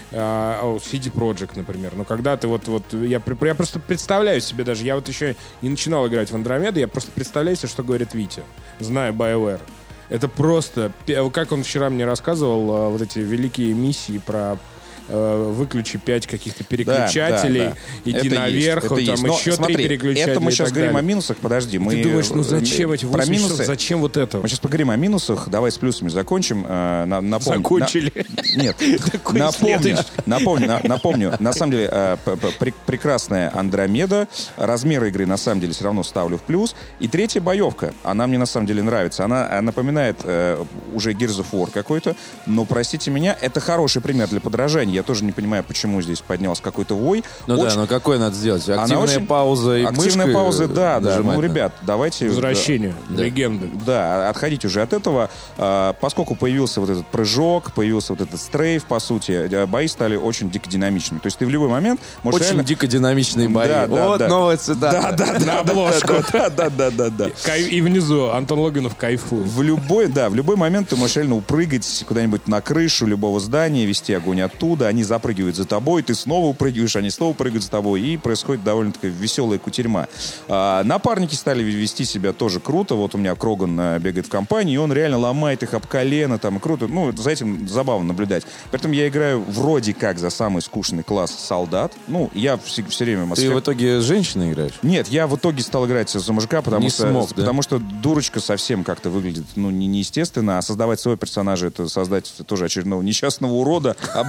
А, си ди Projekt, например. Но когда ты вот, вот я, я просто представляю себе даже, я вот еще не начинал играть в Андромеду, я просто представляю себе, что говорит Витя, зная BioWare. Это просто, как он вчера мне рассказывал, вот эти великие миссии про выключи пять каких-то переключателей, да, да, да. иди это наверх, есть, там Но, еще смотри, три переключателя. Это мы сейчас говорим далее. о минусах, подожди. Мы, Ты думаешь, ну зачем эти про восемь минусы? часов, зачем вот это? Мы сейчас поговорим о минусах, давай с плюсами закончим. Э, на, напомню, Закончили. На, нет, напомню, напомню, на, напомню, на самом деле э, пр- прекрасная Андромеда, размеры игры на самом деле все равно ставлю в плюс. И третья боевка, она мне на самом деле нравится. Она напоминает э, уже Gears of War какой-то, но, простите меня, это хороший пример для подражания. Я тоже не понимаю, почему здесь поднялся какой-то вой. Ну очень... да, но какой надо сделать? Активная очень... пауза и Активная мышкой пауза, да, да. Ну, надо. ребят, давайте... Возвращение, да, легенды. Да, отходите уже от этого. А, поскольку появился вот этот прыжок, появился вот этот стрейф, по сути, бои стали очень дико динамичными. То есть ты в любой момент можешь Очень реально... дико динамичные бои. Да, да, вот да. новая цитата. Да, да, да. На обложку. Да, да, да, да, да. И внизу Антон Логинов кайфует. В любой, да, в любой момент ты можешь реально упрыгать куда-нибудь на крышу любого здания, вести огонь оттуда, они запрыгивают за тобой, ты снова упрыгиваешь, они снова прыгают за тобой, и происходит довольно-таки веселая кутерьма. А, напарники стали вести себя тоже круто. Вот у меня Кроган а, бегает в компании, и он реально ломает их об колено, там, и круто. Ну, за этим забавно наблюдать. Поэтому я играю вроде как за самый скучный класс солдат. Ну, я все, все время... Ты в итоге с женщиной играешь? Нет, я в итоге стал играть за мужика, потому, Не что, смог, да? потому что дурочка совсем как-то выглядит, ну, не, неестественно, а создавать своего персонажа — это создать тоже очередного несчастного урода, обреченного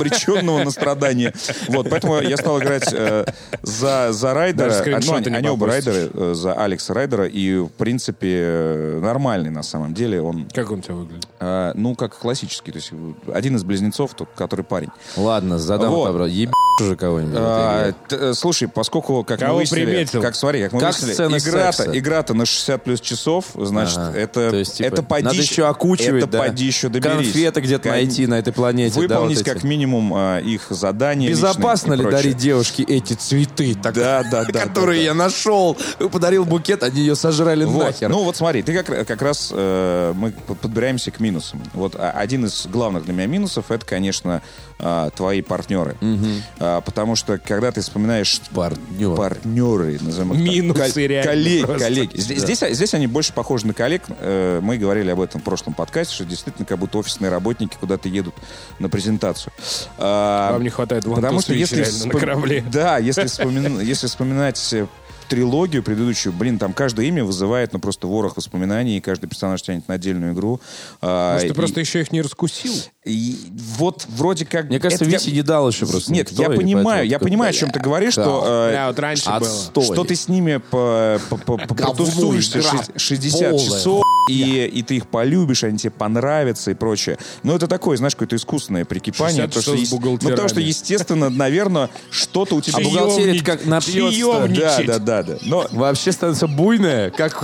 коллективного настрадания. Вот, поэтому я стал играть э, за, за Райдера. Ну, они, они оба Райдеры, э, за Алекса Райдера. И, в принципе, э, нормальный на самом деле. Он, как он у тебя выглядит? Э, ну, как классический. То есть один из близнецов, тот, который парень. Ладно, задам вот. вопрос. Еб уже кого-нибудь. А, т, слушай, поскольку, как Кого мы выяснили, приметил? как, смотри, как мы Как выяснили, игра-то, игра-то на шестьдесят плюс часов, значит, Ага. это, То есть, типа, это поди, надо еще окучивать, это да? поди еще доберись. Конфеты где-то Кон- найти на этой планете. Выполнить да, вот как минимум а, их задания. Безопасно личные и ли прочее. дарить девушке эти цветы, так, Да, да, да, которые да, я нашел? Подарил букет, они ее сожрали Вот. нахер. Ну вот смотри, ты как, как раз э, мы подбираемся к минусам. Вот а, один из главных для меня минусов это, конечно, э, твои партнеры. А, потому что когда ты вспоминаешь Партнер. партнеры, назовем их так, Минусы кол- реально коллеги, просто. коллеги. Здесь, здесь, здесь они больше похожи на коллег. Э, Мы говорили об этом в прошлом подкасте, что действительно как будто офисные работники куда-то едут на презентацию. А, Вам не хватает One Потому to что Switch если, реально на вспом- корабле. Да, если, вспомин- если вспоминать э, трилогию предыдущую, блин, там каждое имя вызывает, ну, просто ворох воспоминаний, и каждый персонаж тянет на отдельную игру. А, Может, ты и- просто еще их не раскусил? и вот вроде как... Мне кажется, это я- Вите не дал еще просто. Нет, никто, я и понимаю, поэтому я такой, понимаю, о чем ты говоришь, да. что... э, Да, вот раньше было. Отстой. что ты с ними по- по- по- по- протусуешься игра шесть- шестьдесят полная часов, и, и ты их полюбишь, они тебе понравятся и прочее. Но это такое, знаешь, какое-то искусственное прикипание. шестьдесят Потому что, часов с ес- ну, бухгалтерами. потому что, естественно, наверное, что-то у тебя... А бухгалтерия как напьется. Да, да, да, да. Но Вообще становится буйная, как...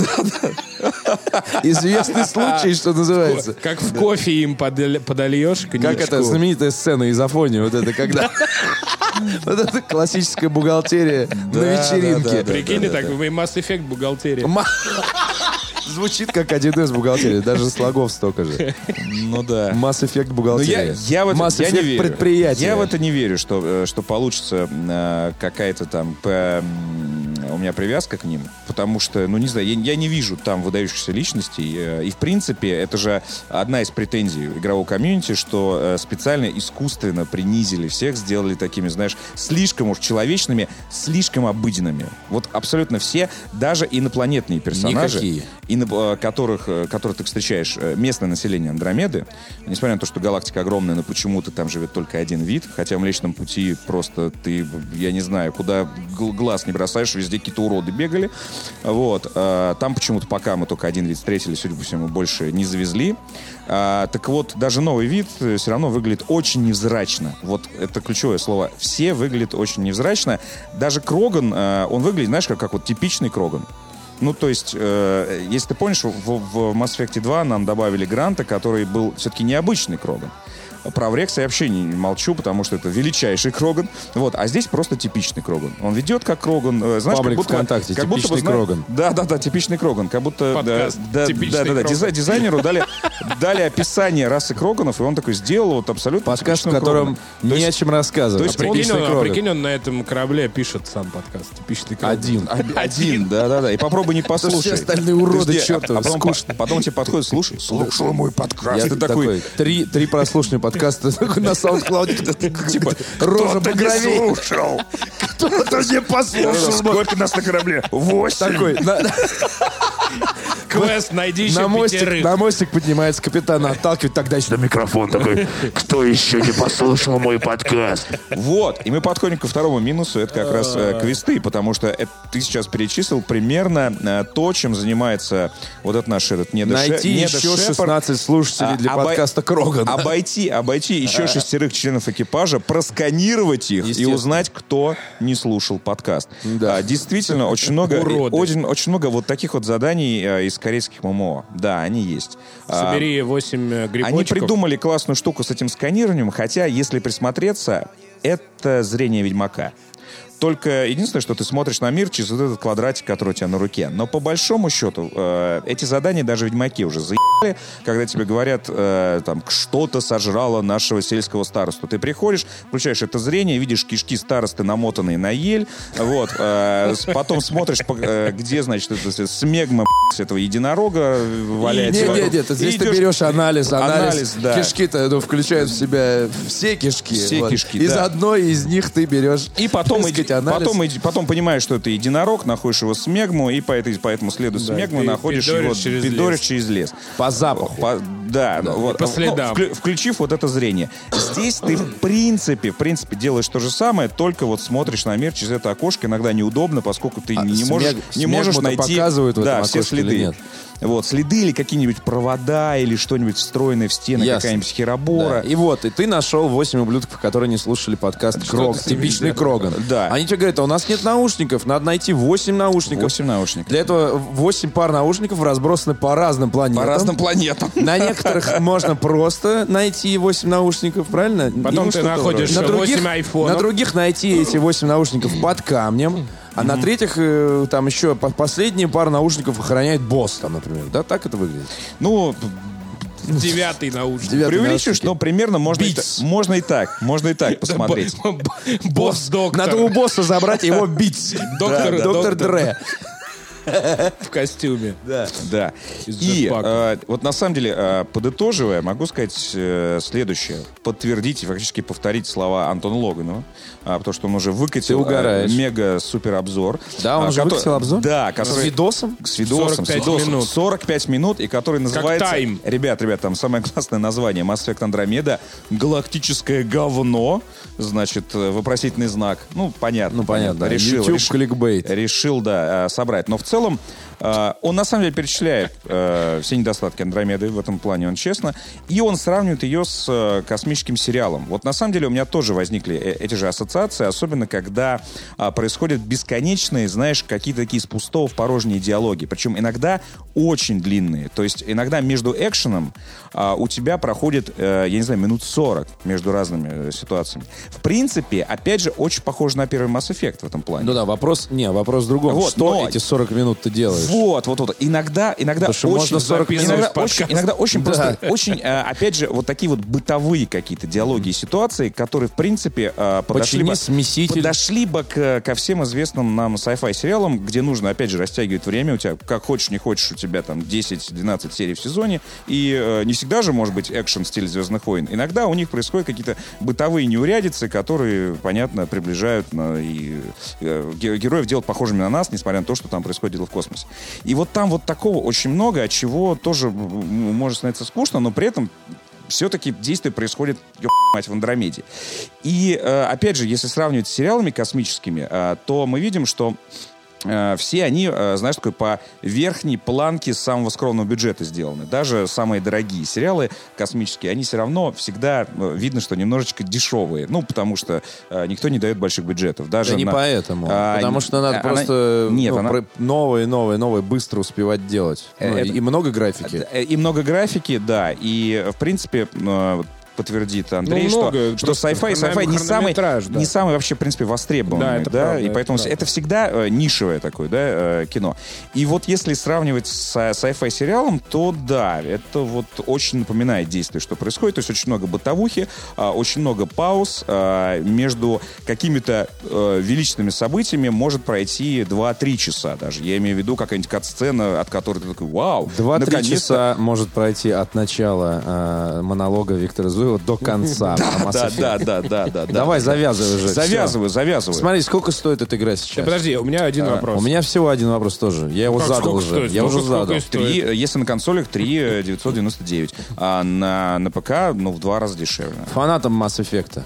Известный случай, что называется. Как в кофе им подаль- подольешь коньячку. Как это знаменитая сцена из Афони, вот это когда... Вот это классическая бухгалтерия на да, вечеринке. да, Прикинь, так, вы Mass Effect бухгалтерия. Ма- Звучит как один эс бухгалтерия, даже слогов столько же. ну да. Mass Effect Но я, бухгалтерия. я, в это, Mass я не Effect верю. предприятие. Я в это не верю, что, э, что получится э, какая-то там п- м, у меня привязка к ним. Потому что, ну не знаю, я, я не вижу там выдающихся личностей. э, И в принципе, это же одна из претензий игрового комьюнити, что э, специально искусственно принизили всех, сделали такими, знаешь, слишком уж человечными, слишком обыденными. Вот абсолютно все, даже инопланетные персонажи. Никакие. И на, э, которых, э, которых ты встречаешь э, местное население Андромеды, несмотря на то, что галактика огромная, но почему-то там живет только один вид, хотя в Млечном Пути просто ты, я не знаю, куда гл- глаз не бросаешь, везде какие-то уроды бегали. Вот. э, Там почему-то пока мы только один вид встретили, судя по всему, больше не завезли. А, так вот, даже новый вид э, все равно выглядит очень невзрачно. Вот это ключевое слово. Все выглядят очень невзрачно. Даже Кроган, э, он выглядит, знаешь, как, как вот типичный Кроган. Ну, то есть, э, если ты помнишь, в, в Mass Effect два нам добавили Гранта, который был все-таки необычный Кроган. Про Врекса я вообще не молчу, потому что это величайший Кроган. Вот. А здесь просто типичный Кроган. Он ведет как Кроган. э, Знаешь, Паблик как будто, ВКонтакте, как будто бы, типичный зна- Кроган. Да, да, да, типичный Кроган. Как будто Подкаст да, да, «Типичный да, да, да, Кроган». дизай- дизайнеру дали, дали описание расы Кроганов, и он такой сделал вот абсолютно Подкаст, в типичного котором Крогана. То не о есть чем рассказывать. то есть А прикинь, Типичный он, а Кроган. прикинь, он на этом корабле пишет сам подкаст. Типичный Кроган. Один. об- один, да, да, да. И попробуй не послушай. все остальные уроды Подожди, а- чертовы, а потом, скучно. по- потом тебе подходит, слушай, слушай мой подкаст. Я И ты такой, три, три прослушанные подкаста на SoundCloud. Типа, рожа кто-то не багровей. слушал. Кто-то не послушал. Сколько нас на корабле? Восемь. Такой, на, Квест, найди еще на мостик, пятерых. на мостик поднимается капитан, отталкивает, тогда сюда Микрофон такой, кто еще не послушал мой подкаст? Вот, и мы подходим ко второму минусу, это как раз э, квесты, потому что это, ты сейчас перечислил примерно э, то, чем занимается вот этот наш этот недо найти еще шестнадцать слушателей для А, обой- подкаста Кроган. Обойти, обойти еще шестерых членов экипажа, просканировать их и Естественно. узнать, кто не слушал подкаст. Да. А, действительно, очень много, Уроды. очень, очень много вот таких вот заданий э, из корейских ММО. Да, они есть. А, Собери восемь э, грибочков. Они придумали классную штуку с этим сканированием, хотя, если присмотреться, это зрение Ведьмака. Только единственное, что ты смотришь на мир через вот этот квадратик, который у тебя на руке. Но по большому счету, э, эти задания даже ведьмаки уже заебали, когда тебе говорят, э, там, что-то сожрало нашего сельского старосту. Ты приходишь, включаешь это зрение, видишь кишки старосты, намотанные на ель, вот, э, с- потом смотришь, по- э, где, значит, это, смегма этого единорога валяется. Нет, вокруг. нет, нет, здесь И ты идешь- берешь анализ, анализ, Анализ, да. кишки-то ну, включают в себя все кишки. Все кишки, Из да. одной из них ты берешь, И потом, так сказать, иди- анализ. потом, иди- потом понимаешь, что это единорог, находишь его смегму, и по, этой, по этому следу смегмы ты находишь пидоришь его, через пидоришь лес. через лес. по запаху. По- Да, Да, вот, по следам. ну, вклю- включив вот это зрение. Здесь ты в принципе, в принципе делаешь то же самое, только вот смотришь на мир через это окошко. Иногда неудобно, поскольку ты А не смег- можешь, не можешь смегму-то найти показывают в да, этом все окошке или следы. нет? Вот, следы или какие-нибудь провода, или что-нибудь встроенное в стены, Ясно. какая-нибудь херобора. Да. И вот, и ты нашел восемь ублюдков, которые не слушали подкаст Крог, типичный Кроган. Да. Они тебе говорят, а у нас нет наушников, надо найти восемь наушников. восемь наушников. Для этого восемь пар наушников разбросаны по разным планетам. По разным планетам. На некоторых можно просто найти восемь наушников, правильно? Потом И ты что-то находишь вроде. на других, восемь айфонов. на других найти эти восемь наушников под камнем, а на третьих э, там еще по- последние пару наушников охраняет босс, там, например. Да, так это выглядит. Ну, Девятый наушник. Девятый преувеличишь, наушники. но примерно можно и, Beats. та- можно и так. Можно и так посмотреть. Босс доктор. Надо у босса забрать его бить. Доктор- Да, доктор доктор. Дре. в костюме. Да. Да. Из И джетпака. э, вот на самом деле, э, подытоживая, могу сказать э, следующее. Подтвердить и фактически повторить слова Антона Логанова, а, потому что он уже Ты выкатил угораешь. мега-супер обзор. Да, он а, уже кото- выкатил обзор? Да, С который... видосом? С видосом, сорок пять с видосом. минут. сорок пять минут, и который называется... тайм. Ребят, ребят, там самое классное название. Mass Effect Andromeda. Галактическое говно. Значит, э, вопросительный знак. Ну, понятно. Ну, понятно. Решил, YouTube решил, кликбейт. решил, да, э, собрать. Но в целом э, он на самом деле перечисляет э, все недостатки Андромеды, в этом плане он честно, и он сравнивает ее с э, космическим сериалом. Вот на самом деле у меня тоже возникли э- эти же ассоциации, особенно когда э, происходят бесконечные, знаешь, какие-то такие с пустого в порожние диалоги. Причем иногда очень длинные. То есть иногда между экшеном э, у тебя проходит, э, я не знаю, минут сорок между разными э, ситуациями. В принципе, опять же, очень похоже на первый Mass Effect в этом плане. Ну да, вопрос, не, вопрос в другом. Вот, что но- эти сорок минут ты делаешь? Вот, вот, вот. Иногда, иногда Потому что очень, можно сорок минут иногда подкаст. очень, иногда очень Да. просто, очень, э, опять же, вот такие вот бытовые какие-то диалоги и ситуации, которые, в принципе, э, подошли Почини бы, смеситель. подошли бы к, ко всем известным нам sci-fi сериалам, где нужно, опять же, растягивать время. У тебя, как хочешь, не хочешь, у тебя там десять-двенадцать серий в сезоне. И э, не всегда же может быть экшен в стиле «Звездных войн». Иногда у них происходят какие-то бытовые неурядицы, которые, понятно, приближают на, и, э, ге- героев делают похожими на нас, несмотря на то, что там происходит в космосе. И вот там вот такого очень много, от чего тоже м, может становиться скучно, но при этом все-таки действие происходит, ёб мать, в Андромеде. И, э, опять же, если сравнивать с сериалами космическими, э, то мы видим, что э, все они, э, знаешь, такой по верхней планке самого скромного бюджета сделаны. Даже самые дорогие сериалы космические, они все равно всегда э, видно, что немножечко дешевые. Ну, потому что э, никто не дает больших бюджетов. Даже Да не на- поэтому. А, потому что надо она- просто Нет, ну, она- про- новые, новые, новые быстро успевать делать. Э, Ну, это- И много графики. Э, И много графики, да. И, в принципе, э, подтвердит Андрей, Ну, много, что, что просто sci-fi, хронометраж, sci-fi не самый, да. не самый вообще, в принципе, востребованный. Да, Да, это правда, и это поэтому правда. это всегда э, нишевое такое, да, э, кино. И вот если сравнивать с э, sci-fi сериалом, то да, это вот очень напоминает действие, что происходит. То есть очень много бытовухи, э, очень много пауз. э, между какими-то э, величественными событиями может пройти два-три часа даже. Я имею в виду какая-нибудь кат-сцена, от которой ты такой, вау, Два-три наконец-то. часа может пройти от начала э, монолога Виктора Зуева до конца. по Mass Да, Effect. да, да, да, да. Давай, завязывай уже. Завязываю, завязываю. Всё. Смотри, сколько стоит эта игра Да, сейчас? подожди, у меня один вопрос. У меня всего один вопрос тоже. Я его Как, задал сколько уже. стоит? Я Сколько- уже сколько задал. стоит? Три, если на консолях три девятьсот девяносто девять, а на, на ПК, ну, в два раза дешевле. Фанатом Mass Effect.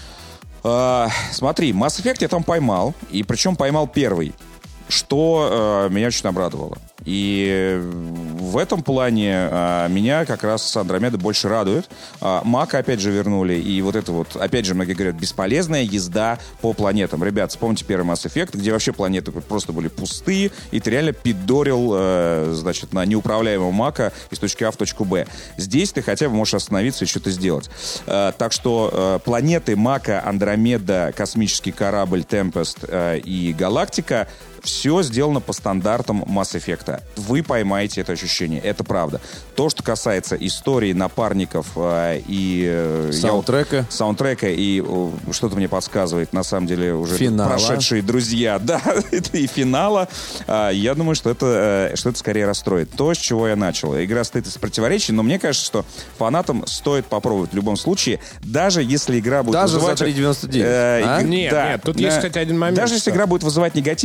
А, смотри, Mass Effect я там поймал, и причем поймал первый, что э, меня очень обрадовало. И в этом плане э, меня как раз Андромеда больше радует. А, Мака опять же вернули, и вот это вот, опять же, многие говорят, бесполезная езда по планетам. Ребят, вспомните первый Mass Effect, где вообще планеты просто были пустые, и ты реально пидорил, э, значит, на неуправляемого Мака из точки А в точку Б. Здесь ты хотя бы можешь остановиться и что-то сделать. Э, так что э, планеты Мака, Андромеда, космический корабль Tempest э, и Галактика — все сделано по стандартам Mass Effect. Вы поймаете это ощущение, это правда. То, что касается истории, напарников э, и... э, Саундтрека. я- саундтрека и э, что-то мне подсказывает, на самом деле, уже Финала. прошедшие друзья, да, и финала, э, я думаю, что это, э, что это скорее расстроит. То, с чего я начал. Игра стоит из противоречий, но мне кажется, что фанатам стоит попробовать в любом случае, даже если игра будет Даже за вызывать... три девяносто девять, э, а? иг- Нет, да, нет, тут да. есть, кстати, один момент, Даже если что- игра будет вызывать негативные чувства,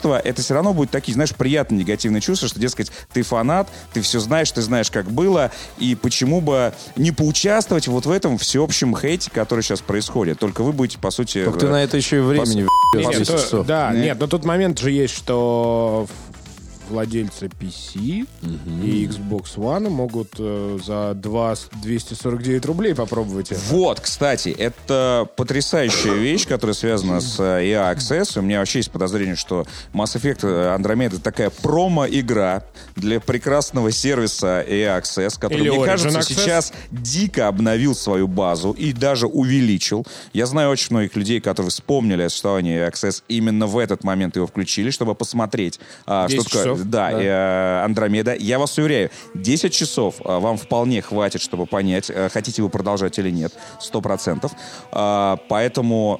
детства это все равно будет такие, знаешь, приятные негативные чувства, что, дескать, ты фанат, ты все знаешь, ты знаешь, как было, и почему бы не поучаствовать вот в этом всеобщем хейте, который сейчас происходит. Только вы будете, по сути... Только ты на это еще и времени Нет, в то- часов. Да, Нет. нет, но тут момент же есть, что владельцы пи си и Xbox One могут э, за два двести сорок девять рублей попробовать это. Вот, кстати, это потрясающая вещь, которая связана с э, и эй Access. У меня вообще есть подозрение, что Mass Effect Andromeda — это такая промо-игра для прекрасного сервиса и эй Access, который, Или мне Origin кажется, Access. сейчас дико обновил свою базу и даже увеличил. Я знаю очень многих людей, которые вспомнили о существовании и эй Access, именно в этот момент его включили, чтобы посмотреть, а, что десять такое часов. да, Да. э, Андромеда. Я вас уверяю, десять часов э, вам вполне хватит, чтобы понять, э, хотите вы продолжать или нет, сто процентов. Э, поэтому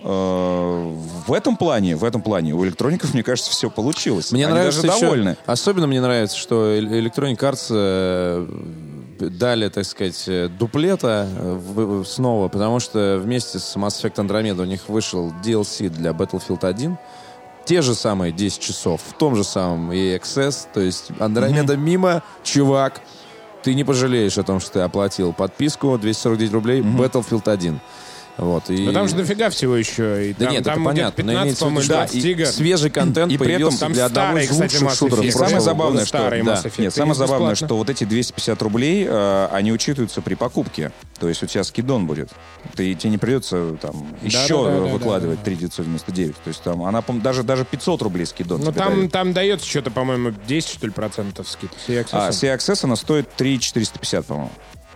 э, в этом плане, в этом плане у электроников, мне кажется, все получилось. Мне Они нравится даже еще- довольны. Особенно мне нравится, что Electronic Arts э, дали, так сказать, э, дуплета э, в- снова, потому что вместе с Mass Effect Andromeda у них вышел ди эл си для Battlefield один. Те же самые десять часов, в том же самом и эй Access, то есть Andromeda мимо, чувак, ты не пожалеешь о том, что ты оплатил подписку двести сорок девять рублей, Battlefield один. Вот, и... Но там же дофига всего еще. И Да там, нет, там это где-то понятно. но пятнадцать, имеется в виду, по-моему, что двадцать и игр. свежий контент И при этом появился там для одного старые, из кстати, лучших Mass шутеров Effect. И самое прошлого забавное, года. что- старые да. Mass Effect. Нет, самое Их забавное, бесплатно. что вот эти двести пятьдесят рублей, э, они учитываются при покупке. То есть у тебя скидон будет. Ты, тебе не придется там еще да, да, да, выкладывать да, да. три тысячи девятьсот девяносто девять. То есть там она, по-моему, даже, даже пятьсот рублей скидон. Ну тебе там, дают. там дается что-то, по-моему, десять, что ли, процентов скидки. С эй Access. А с эй Access она стоит три тысячи четыреста пятьдесят, по-моему.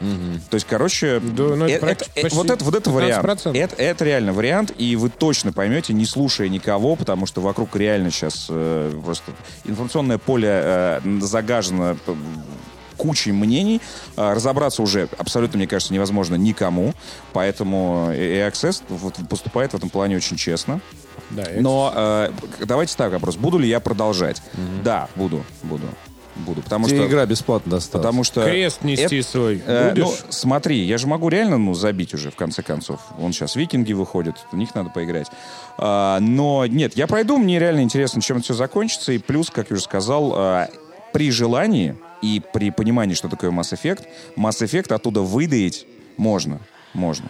То есть, короче, Да, ну, это э- практи- э- почти вот это, вот это вариант. пятнадцать процентов. Это, это реально вариант, и вы точно поймете, не слушая никого, потому что вокруг реально сейчас э, просто информационное поле э, загажено п- кучей мнений. А, разобраться уже абсолютно, мне кажется, невозможно никому. Поэтому эй Access вот поступает в этом плане очень честно. Да, Access. Но э, давайте так вопрос. Буду ли я продолжать? Да, буду. Буду. Буду. Потому Тебе что... игра бесплатно досталась. Потому что... Крест нести это- свой. Э, Будешь? ну, смотри, я же могу реально, ну, забить уже, в конце концов. Вон сейчас викинги выходят, в них надо поиграть. А, но нет, я пройду, мне реально интересно, чем это все закончится. И плюс, как я уже сказал, а, при желании и при понимании, что такое Mass Effect, Mass Effect оттуда выдаить можно. Можно.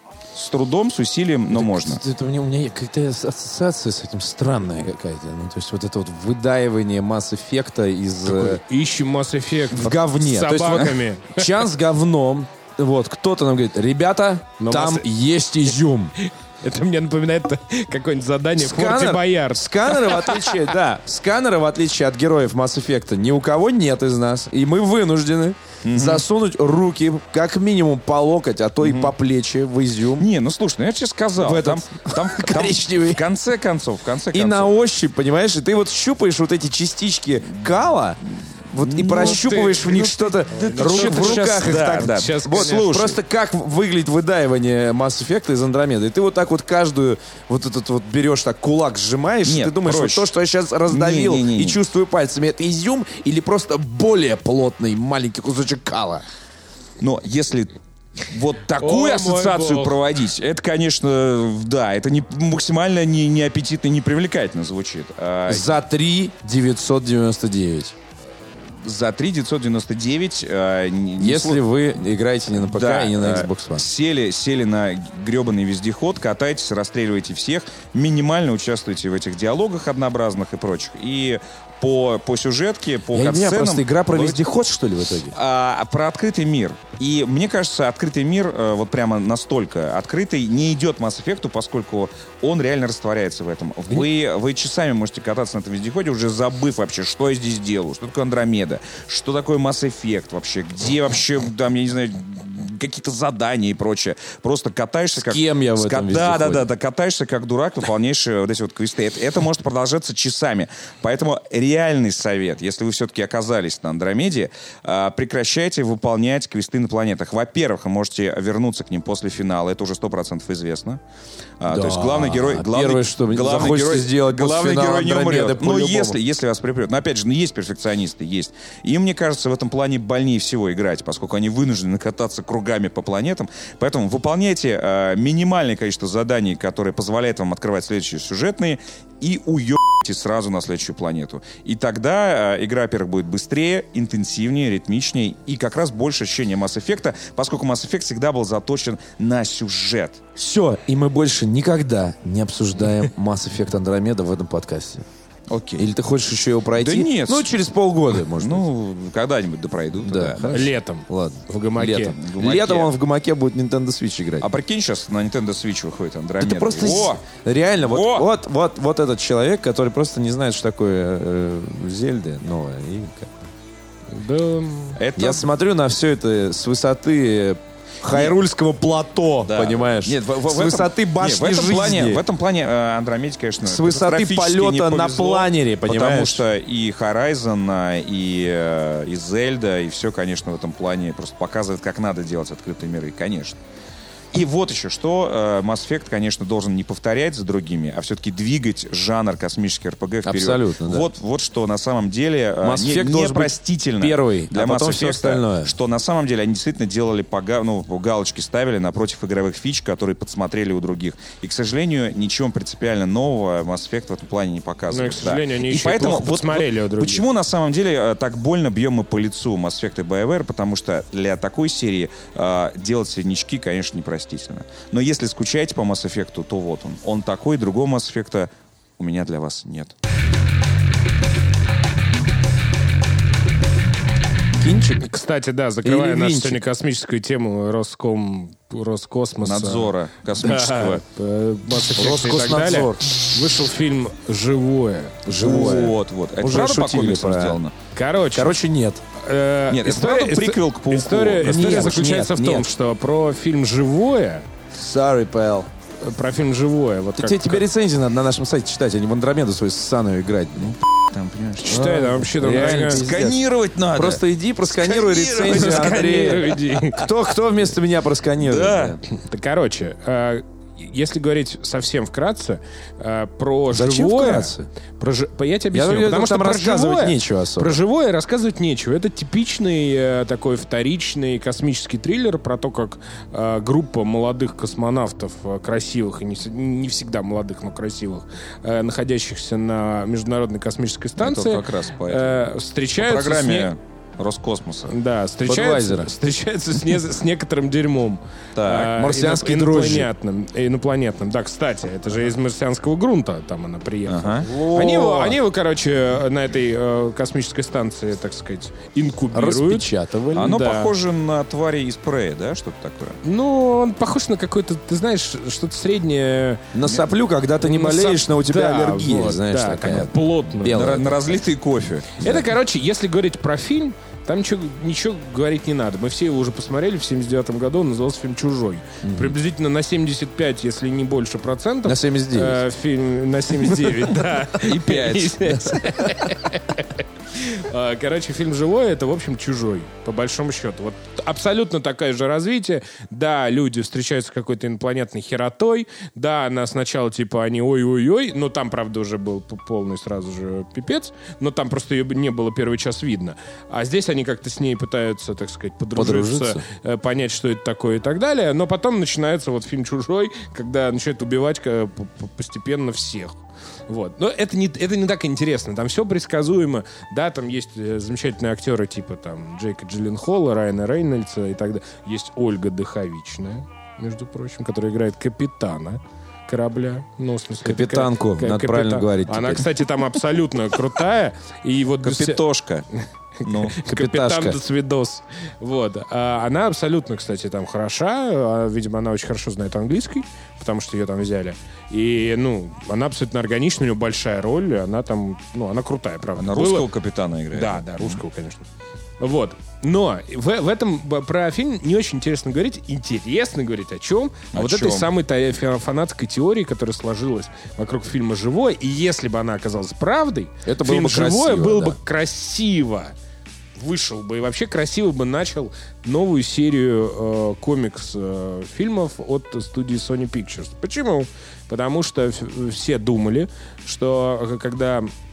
С трудом, с усилием, но можно. Это, это у меня, у меня какая-то ассоциация с этим странная какая-то. Ну, то есть вот это вот выдаивание Mass Effect из... э, Ищем Mass Effect. в говне. С То есть вот собаками. чан с говном. Вот, кто-то нам говорит, ребята, Но там Mass- есть изюм. Это мне напоминает какое-нибудь задание в Форте Боярд. сканеры, в отличие, да, сканеры, в отличие от героев Mass Effect, ни у кого нет из нас. И мы вынуждены засунуть руки как минимум по локоть, а то и по плечи в изюм. Не, ну слушай, ну я тебе сказал. В там, этот там, там коричневый. в конце концов, в конце И концов. на ощупь, понимаешь, и ты вот щупаешь вот эти частички кала, вот и прощупываешь ты- в них ну что-то ты ру- что-то в щас- руках их да, так. да. Сейчас, Вот, конечно. слушай, просто как выглядит выдаивание Mass Effect из Андромеды. И ты вот так вот каждую вот этот вот берешь так кулак сжимаешь, и Нет, ты думаешь, проще. что то, что я сейчас раздавил Не-не-не. и чувствую пальцами, это изюм или просто более плотный маленький кусочек кала. Но если вот такую О, ассоциацию мой бог. проводить, это, конечно, да, это не, максимально не, не аппетитно и не привлекательно звучит. А, За три девятьсот девяносто девять. за три тысячи девятьсот девяносто девять... а, не- не Если сло- вы играете не на ПК Да, и не на а, Xbox One. Сели, сели на гребаный вездеход, катайтесь, расстреливайте всех, минимально участвуйте в этих диалогах однообразных и прочих. И по, по сюжетке, по Я не знаю, катсценам... просто игра про вы- вездеход, что ли, в итоге? А, про открытый мир. И мне кажется, открытый мир, э, вот прямо настолько открытый, не идет Mass Effect, поскольку он реально растворяется в этом. Вы, вы часами можете кататься на этом вездеходе, уже забыв вообще, что я здесь делаю, что такое Андромеда, что такое Mass Effect вообще, где вообще, там, я не знаю, какие-то задания и прочее. Просто катаешься как... кем я в с- этом Да, да, вездеходе? да, да, катаешься как дурак, выполняешь э, вот эти вот квесты. Это, это может продолжаться часами. Поэтому реальный совет, если вы все-таки оказались на Андромеде, э, прекращайте выполнять квесты на планетах. Во-первых, вы можете вернуться к ним после финала, это уже сто процентов известно. А, Да. то есть главный герой... Главный, Первое, что главный захочется герой, сделать после главный финала герой не Андромеды умрет. Ну, по-любому. если, если вас припрет. Но, опять же, ну, есть перфекционисты, есть. И мне кажется, в этом плане больнее всего играть, поскольку они вынуждены кататься кругами рычагами по планетам. Поэтому выполняйте э, минимальное количество заданий, которые позволяют вам открывать следующие сюжетные, и уебайте сразу на следующую планету. И тогда э, игра, во-первых, будет быстрее, интенсивнее, ритмичнее, и как раз больше ощущения Mass Effect, поскольку Mass Effect всегда был заточен на сюжет. Все, и мы больше никогда не обсуждаем Mass Effect Andromeda в этом подкасте. Окей. Или ты хочешь еще его пройти? Да нет. Ну, через полгода, может быть. Ну, когда-нибудь да пройду. Да, хорошо. Летом. Ладно. В гамаке. Летом. В гамаке. Летом он в гамаке будет Nintendo Switch играть. А прикинь, сейчас на Nintendo Switch выходит Andromeda. Это просто О! реально, вот, О! вот, вот, вот этот человек, который просто не знает, что такое э, Зельда новая. И как- Да. Это... Я смотрю на все это с высоты Хайрульского плато, Да. понимаешь? Нет, в, в- с в этом- высоты башни нет, в этом жизни. Плане, в этом плане э, Андромеде, конечно, С высоты катастрофически полета не на повезло, планере, Потому понимаешь? что и Horizon, а, и, э, и Zelda, и все, конечно, в этом плане просто показывает, как надо делать открытые миры, конечно. И вот еще что, э, Mass Effect, конечно, должен не повторять за другими, а все-таки двигать жанр космических эр пи джи вперед. Абсолютно, да. Вот, вот что на самом деле э, Mass не- Effect должен быть непростительно первый, для а потом Mass всё Effect, остальное. что на самом деле они действительно делали по, га- ну, по галочке ставили напротив игровых фич, которые подсмотрели у других. И, к сожалению, ничего принципиально нового Mass Effect в этом плане не показывает. Ну, и, к сожалению, они И еще и поэтому плохо подсмотрели у других. Почему на самом деле э, так больно бьем мы по лицу Mass Effect и BioWare? Потому что для такой серии э, делать середнячки, конечно, непростительно. Но если скучаете по Mass Effect, то вот он. Он такой, другого Mass Effect у меня для вас нет. Кинчик. Кстати, да, закрывая Или нашу винчик. сегодня космическую тему Роском, Роскосмоса. Надзора космического. Да, э, Mass Effect и так Роскоснадзор. далее. Вышел фильм «Живое». Живое. Вот, вот. Это Уже правда по шутили комиксам про- сделано? Короче, Короче, нет. э, Нет, это правда приквел к «Пауку»? История, Нет, история нет, заключается в том, нет. что про фильм «Живое», Sorry, pal. про фильм «Живое», вот Ты, как, тебе, тебе рецензии надо на нашем сайте читать, а не в Андромеду свою ссаную играть. Ну, Там, понимаешь, читай, там вообще там реально, такая- пиздец. сканировать надо. Просто иди, просканируй Сканировать, рецензию Сканируй, Андрея. иди. Кто, кто вместо меня просканирует? Да. блин? Да, короче, э, если говорить совсем вкратце, э, про Зачем живое... вкратце? Про жи- Я тебе Я объясню. думаю, потому там что про рассказывать живое, нечего особо. Про живое рассказывать нечего. Это типичный э, такой вторичный космический триллер про то, как э, группа молодых космонавтов, э, красивых, и не, с- не всегда молодых, но красивых, э, находящихся на Международной космической станции, Это как раз по, э, по встречаются с программе не- Роскосмоса. Да, встречаются, Budweiser. встречаются с, не- с некоторым дерьмом. Так, А, марсианские ино- дрожжи. инопланетным, инопланетным. Да, кстати, это же из марсианского грунта там она приехала. Ага. Они его, они его, короче, на этой э, космической станции, так сказать, инкубируют. Распечатывали. Оно Да. похоже на твари из Прея, да? Что-то такое. Ну, он похож на какой-то, ты знаешь, что-то среднее. На соплю, когда ты не На болеешь, сап- но у тебя да, аллергия, вот, знаешь, да, такая. такой плотный. белая. На, на разлитый кофе. Это, короче, если говорить про фильм, там ничего, ничего говорить не надо. Мы все его уже посмотрели в семьдесят девятом году, он назывался фильм «Чужой». Приблизительно на семьдесят пять, если не больше процентов. На семьдесят девять. э, фильм на семьдесят девять, да. И пять. А, Короче, фильм «Живой» — это, в общем, «Чужой», по большому счету. Вот абсолютно такое же развитие. Да, люди встречаются с какой-то инопланетной херотой. Да, она сначала типа они ой-ой-ой, но там, правда, уже был п- полный сразу же пипец. Но там просто ее не было первый час видно. А здесь они как-то с ней пытаются, так сказать, подружиться, Подружиться. э, понять, что это такое и так далее. Но потом начинается вот фильм «Чужой», когда начинают убивать э, п- п- постепенно всех. Вот. Но это не, это не так интересно. Там все предсказуемо. Да, там есть э, замечательные актеры типа там Джейка Джилленхола, Райана Рейнольдса и так далее. Есть Ольга Дыховичная, между прочим, которая играет капитана корабля. Ну, в смысле, это Капитанку, ка- надо правильно говорить Она, теперь. кстати, там абсолютно крутая. И вот без вся- Капитошка. Ну, Капитан Капиташка. Досвидос. Вот. А она абсолютно, кстати, там хороша. А, видимо, она очень хорошо знает английский, потому что ее там взяли. И, ну, она абсолютно органичная, у нее большая роль. Она там, ну, она крутая, правда. она Было- русского капитана играет. Да, да, русского, конечно. Вот. Но в, в этом б- про фильм не очень интересно говорить. Интересно говорить о чем? О, О вот чем? этой самой та- фа- фанатской теории, которая сложилась вокруг фильма «Живой». И если бы она оказалась правдой, Это было фильм бы «Живой» красиво, был да. бы красиво. Вышел бы и вообще красиво бы начал новую серию э, комикс-фильмов от студии Sony Pictures. Почему? Потому что ф- все думали, что э, когда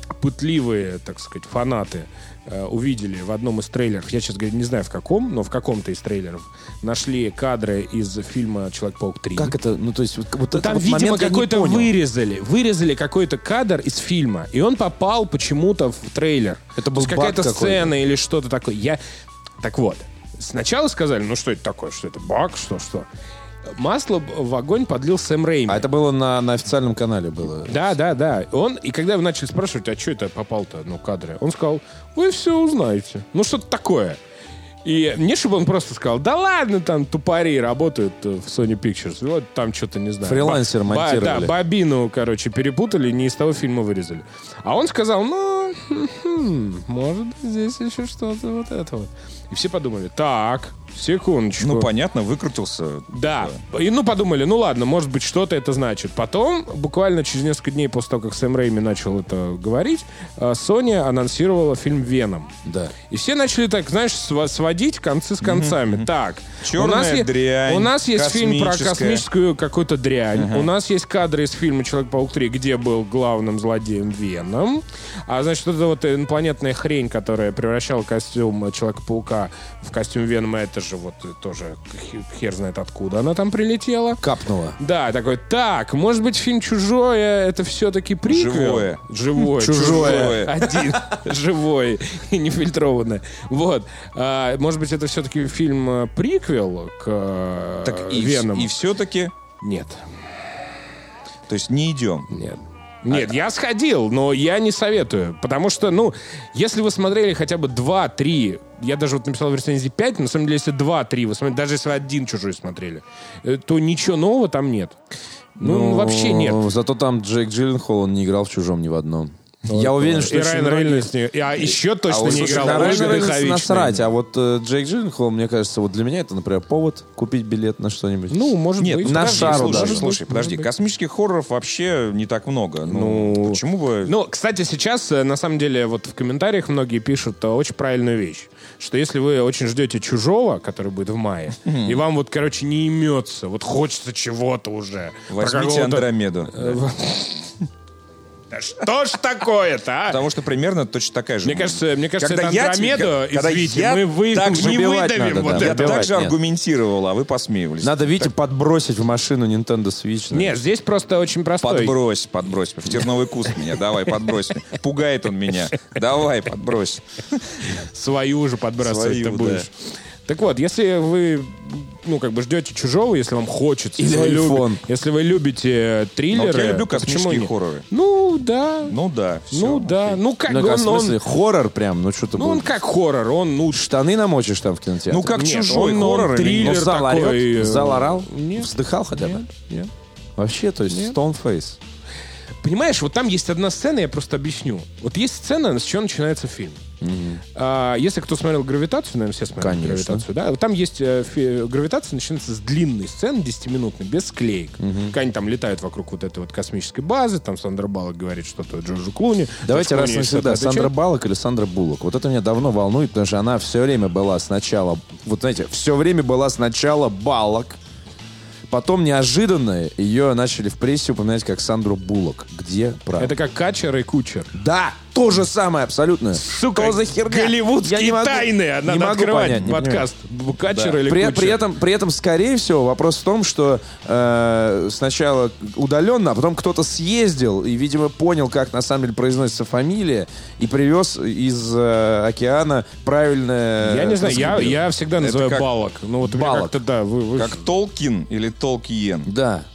пытливые, так сказать, фанаты э, увидели в одном из трейлеров, я сейчас говорю, не знаю в каком, но в каком-то из трейлеров, нашли кадры из фильма «Человек-паук три». Как это? Ну, то есть, вот, вот Ну, это там, вот видимо, момент я не какой-то понял. вырезали. Вырезали какой-то кадр из фильма, и он попал почему-то в трейлер. Это То был есть какая-то баг какой-то. сцена или что-то такое. Я... Так вот, сначала сказали, ну что это такое, что это баг, что, что. Масло в огонь подлил Сэм Рэйми. А это было на, на официальном канале было. Да, да, да. Он, и когда вы начали спрашивать, а что это попал-то, ну, кадры, он сказал, вы все узнаете. Ну, что-то такое. И не чтобы он просто сказал, да ладно, там тупари работают в Sony Pictures. Вот там что-то, не знаю. Фрилансеры ба- ба- монтировали. Да, бобину, короче, перепутали, не из того фильма вырезали. А он сказал, ну, хм, может, здесь еще что-то вот это вот. И все подумали, так, секундочку. Ну, понятно, выкрутился. Да. И, ну, подумали, ну ладно, может быть, что-то это значит. Потом, буквально через несколько дней после того, как Сэм Рэйми начал это говорить, э, Sony анонсировала фильм «Веном». Да. И все начали так, знаешь, сва- сводить концы с концами. Так, Черная у нас, е- дрянь, у нас есть фильм про космическая. космическую какую-то дрянь. У нас есть кадры из фильма «Человек-паук три», где был главным злодеем Веном. А, значит, это вот инопланетная хрень, которая превращала костюм Человека-паука в костюм Венома, это же вот тоже хер знает откуда она там прилетела. Капнуло. Да, такой, так, может быть, фильм «Чужое» это все-таки приквел? Живое. Живое. Чужое. Один. Живой и нефильтрованное. Вот. А, может быть, это все-таки фильм э, приквел к э, Так и, Веному? и все-таки, Нет. то есть не идем. Нет. Нет, я сходил, но я не советую. Потому что, ну, если вы смотрели хотя бы два-три, я даже вот написал в рецензии пять, на самом деле, если два-три вы смотрели, даже если вы один «Чужой» смотрели, э, то ничего нового там нет. Ну, вообще нет. Зато там Джейк Джилленхол, он не играл в «Чужом» ни в одном. Я уверен, что И очень Райан многие- Рейнольдс не... А еще точно А вот, не слушай, играл. на Ольга Райана Рейнольдса Дыховичная. насрать, а вот э, Джейк Джилленхол, мне кажется, вот для меня это, например, повод купить билет на что-нибудь. Ну, может Нет, быть. на подожди, шару слушай, даже. слушай, Может подожди, быть. космических хорроров вообще не так много. Ну, Ну, почему бы... Ну, кстати, сейчас, э, на самом деле, вот в комментариях многие пишут э, очень правильную вещь, что если вы очень ждете «Чужого», который будет в мае, и вам вот, короче, не имется, вот хочется чего-то уже. про Возьмите какого-то- Андромеду. Да что ж такое-то, а? Потому что примерно точно такая же. Мне кажется, мне кажется, Когда это я Андромеду, тебе- когда извините, я мы вы, так не выбивать выдавим надо, вот да. Я это. Выбивать так же нет. аргументировал, а вы посмеивались. Надо, Вите, подбросить в машину Nintendo Switch. Нет, здесь просто очень простой. Подбрось, подбрось. В терновый куст меня, давай, подбрось. Пугает он меня. Давай, подбрось. Свою же подбрасывать ты Свою, будешь. Так вот, если вы, ну, как бы ждете «Чужого», если вам хочется, Или если, вы iPhone. люби- если вы любите триллеры... Ну, вот я люблю то почему космические нет? хорроры. Ну, да. Ну да, все. ну, да. Ну, как Ну, бы как, в он... смысле, он- хоррор прям, ну что ты ну, он будешь? как хоррор, он, ну... Штаны намочишь там в кинотеатре? Ну, как Нет, чужой он- хоррор. он или триллер. Ну, зал такой, орет? э, Зал орал? нет. Вздыхал хотя бы? Нет, нет. Вообще, то есть Нет. Stoneface. Понимаешь, вот там есть одна сцена, я просто объясню. Вот есть сцена, с чего начинается фильм. А, если кто смотрел «Гравитацию», наверное, все смотрели Конечно. «Гравитацию», да? Вот там есть э, фи- «Гравитация» начинается с длинной сцены, десятиминутной, без склеек. Когда они там летают вокруг вот этой вот космической базы, там Сандра Баллок говорит что-то Джорджу Клуни. Давайте Джордж раз и Клуни навсегда, что-то Сандра отвечает. Баллок или Сандра Буллок? Вот это меня давно волнует, потому что она все время была сначала, вот знаете, все время была сначала Баллок, потом неожиданно ее начали в прессе упоминать как Сандру Буллок. Где правда? Это как Качер и Кучер. Да, то же самое абсолютно. Сука, Что за херня? голливудские Я не могу- тайны. не Надо могу открывать понять, не подкаст. Качер или При, Кучер. при этом, при этом, скорее всего, вопрос в том, что э, сначала удаленно, а потом кто-то съездил и, видимо, понял, как на самом деле произносится фамилия, и привез из э, океана правильное... Я не знаю, я, распределение. я всегда называю как Баллок. Ну вот у меня Баллок. как-то, да, вы, вы- Как Толкин или Толкиен? Да.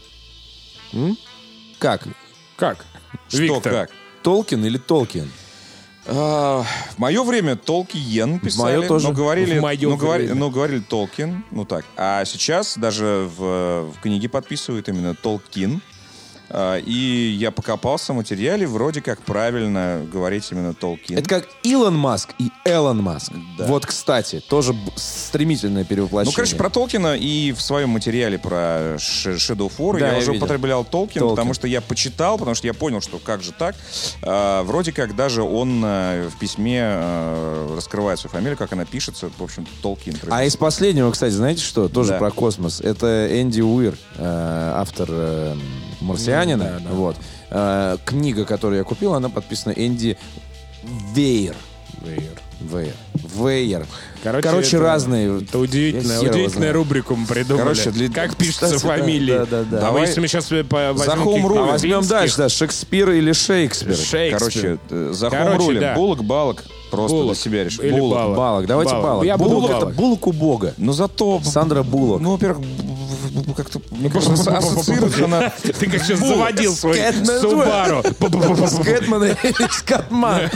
Как? Как? Что, Виктор. как? Толкин или Толкин? А, в мое время Толкиен писали, мое тоже. но говорили, В мое но, говори- время. но говорили Толкин, ну так. А сейчас даже в, в книге подписывают именно Толкин. А, и я покопался в материале, вроде как правильно говорить именно Толкин. Это как Илон Маск и Элон Маск. Да. Вот, кстати, тоже б- стремительное перевоплощение. Ну, короче, про Толкина и в своем материале про Ш- Shadow of War Да, я, я уже видел. употреблял Толкин, Толкин. потому что я почитал, потому что я понял, что как же так. А, вроде как даже он а, в письме а, раскрывает свою фамилию, как она пишется, в общем, Толкин. А из последнего, кстати, знаете что? Тоже Да. про космос. Это Энди Уир, э, автор э, «Марсианина». Да, да. Вот. Э, книга, которую я купил, она подписана Энди Вейер. Вейер. Вейер. Вейер. Короче, Короче, это, разные. Это удивительная, Я хер его удивительную знаю. рубрику мы придумали. Короче, для- как пишется Кстати, да, фамилия. да, да, да. Давай, Давай если мы сейчас возьмем за Home Rule. А возьмем финских- дальше, да, Шекспир или Шекспир. Шекспир. Короче, э, за Короче, хоум-рулем. да. Булок, балок. Просто Булок. для себя решил. Или Булок. балок. Балок, давайте Балок. балок. Я буду Булок это балок. булок у бога. Но зато... Сандра Буллок. Ну, во-первых, как-то, мне кажется, ассоциируется она... Ты как сейчас заводил свой Скэтмен. Субару. Скэтман или Скатман.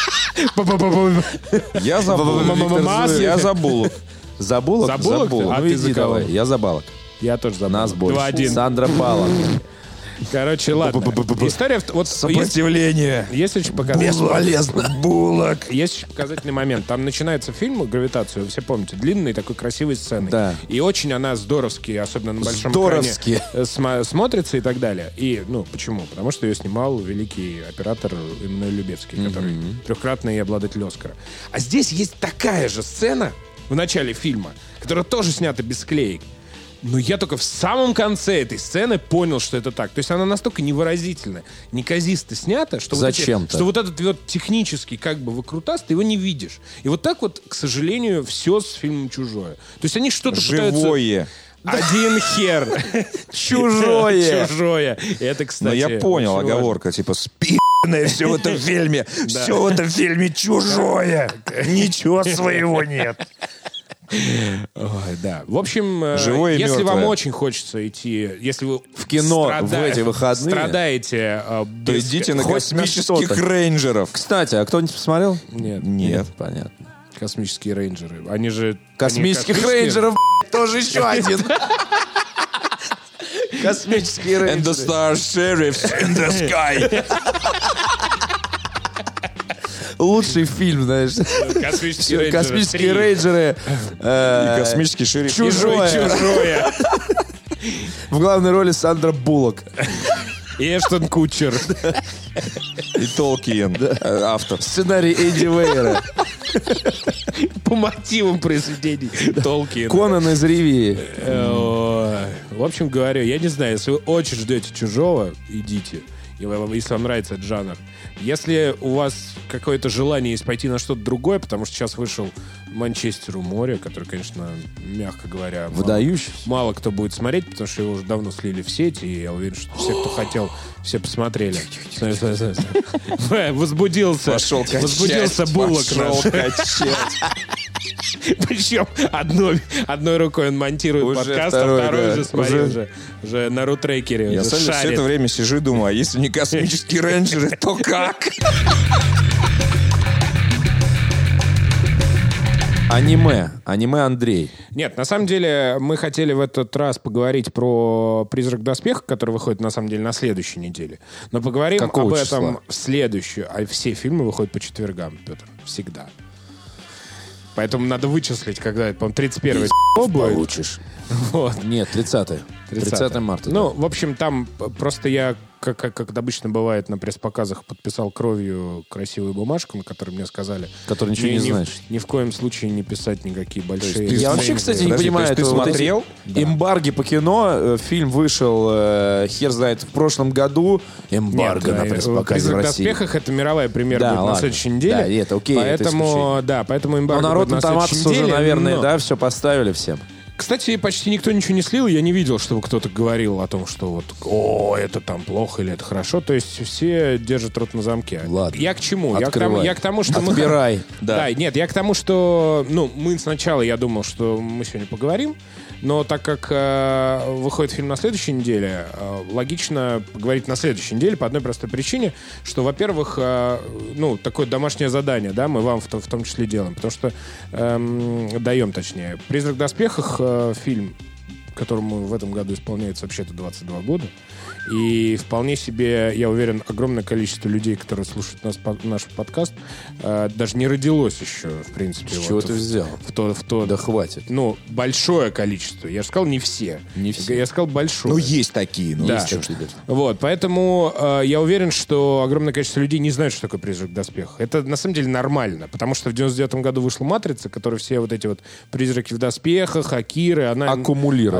Я за Булок. Виктор Зуев. Я за Булок. За Буллок? За Буллок ты? А Ну ты за иди кого? давай, я за Балок. Я тоже забыл. Нас больше. два-один. Сандра Балок. Короче, ладно. История... в- Вот есть, Сопротивление. есть очень показательный... Бесполезно. Булок. Есть очень показательный момент. Там начинается фильм «Гравитацию», вы все помните, длинной такой красивой сценой. Да. И очень она здоровски, особенно на большом Здоровски. экране, э, сма- смотрится и так далее. И, ну, почему? Потому что ее снимал великий оператор Эммануэль Любецкий, который трехкратный обладатель Оскара. А здесь есть такая же сцена в начале фильма, которая тоже снята без склеек. Но я только в самом конце этой сцены понял, что это так. То есть она настолько невыразительно, неказисто снята, что, вот, эти- Зачем-то. что вот этот вот технический как бы выкрутас, ты его не видишь. И вот так вот, к сожалению, все с фильмом «Чужое». То есть они что-то пытаются... Живое. Один хер. Чужое. Чужое. Это, кстати... Но я понял, очень важно. оговорка, типа, спи***ное все в этом фильме. Все в этом фильме чужое. Ничего своего нет. Ой, да. В общем, э, Живое и если мертвое. вам очень хочется идти, если вы В кино в эти выходные. страдаете, э, То без- идите на хоть космических на что-то. рейнджеров. Кстати, а кто-нибудь посмотрел? Нет, Нет. Понятно. космические рейнджеры. Они же... они Космических космические? рейнджеров, б***ь, тоже еще один. Космические And the рейнджеры. star sheriffs in the sky. Лучший фильм, знаешь. Космические рейнджеры. Космические три. рейнджеры. И э, космический шериф. Чужое. Чужое. В главной роли Сандра Буллок. И Эштон Кутчер. И Толкиен, э, автор. Сценарий Энди Вейера. По мотивам произведений Толкиена. Конан из Ривии. Э, В общем говоря, я не знаю, если вы очень ждете «Чужого», идите. И вам- Если вам нравится этот жанр. Если у вас какое-то желание есть пойти на что-то другое, потому что сейчас вышел «Манчестер у моря», который, конечно, мягко говоря, мало- Выдающийся. мало кто будет смотреть, потому что его уже давно слили в сеть, и я уверен, что все, кто хотел, все посмотрели. Смотри, смотри, смотри, смотри. Возбудился. Пошел качать. Возбудился Буллок Пошел наш. качать. Причем одной, одной рукой он монтирует Уже подкаст, второй, а второй да. уже, смотри, Уже- уже, уже на рутрекере Я уже сам все шарит. это время сижу и думаю, а если не космические рейнджеры, то как? Аниме. Аниме Андрей. Нет, на самом деле мы хотели в этот раз поговорить про «Призрак в доспехах», который выходит на самом деле на следующей неделе. Но поговорим Какого об числа? этом в следующую. А все фильмы выходят по четвергам, Петр. Всегда. Поэтому надо вычислить, когда это, по-моему, тридцать первое будет. Получишь. Вот. Нет, тридцатое. тридцатое марта. Ну, в общем, там п- просто я, как, как, как обычно бывает на пресс-показах, подписал кровью красивую бумажку, на которой мне сказали... Который ничего не ни, значит. Ни в коем случае не писать никакие большие... ты Я вообще, рецензии. кстати, не Подожди, понимаю то есть ты этого. Вот эти смотрел? Эмбарги по кино. Э, Фильм вышел, э, хер знает, в прошлом году. Эмбарго Нет, на э, пресс-показе в «Призрак в России. доспехах» — это мировая премьера Да, будет на ладно. следующей неделе. Да, и это окей, это Поэтому, исключение. да, поэтому Но «Эмбарго» народ будет на на Томатос следующей уже, неделе. наверное, но- да, все поставили всем. Кстати, почти никто ничего не слил. Я не видел, чтобы кто-то говорил о том, что вот, о, это там плохо или это хорошо. То есть все держат рот на замке. Ладно. Я к чему? Я к, тому, Открывай. я к тому, что мы... Отбирай. Да. нет, я к тому, что... Ну, мы сначала, я думал, что мы сегодня поговорим, но так как э, выходит фильм на следующей неделе, э, логично поговорить на следующей неделе по одной простой причине, что, во-первых, э, ну, такое домашнее задание, да, мы вам в, то- в том числе делаем, потому что эм, даем, точнее. «Призрак в доспехах» э, фильм, которому в этом году исполняется вообще-то двадцать два года. И вполне себе, я уверен, огромное количество людей, которые слушают нас, по- наш подкаст, э, даже не родилось еще, в принципе. С вот чего в- ты взял? В то, в то, Да хватит. ну, большое количество. Я же сказал, не все. Не все. Я сказал, большое. Ну, есть такие. Ну, Да. есть что-то. Вот, поэтому э, я уверен, что огромное количество людей не знают, что такое «Призрак в доспехах». Это на самом деле нормально, потому что в девяносто девятом году вышла «Матрица», которая все вот эти вот «Призраки в доспехах», «Акиры», она... Аккумулировала.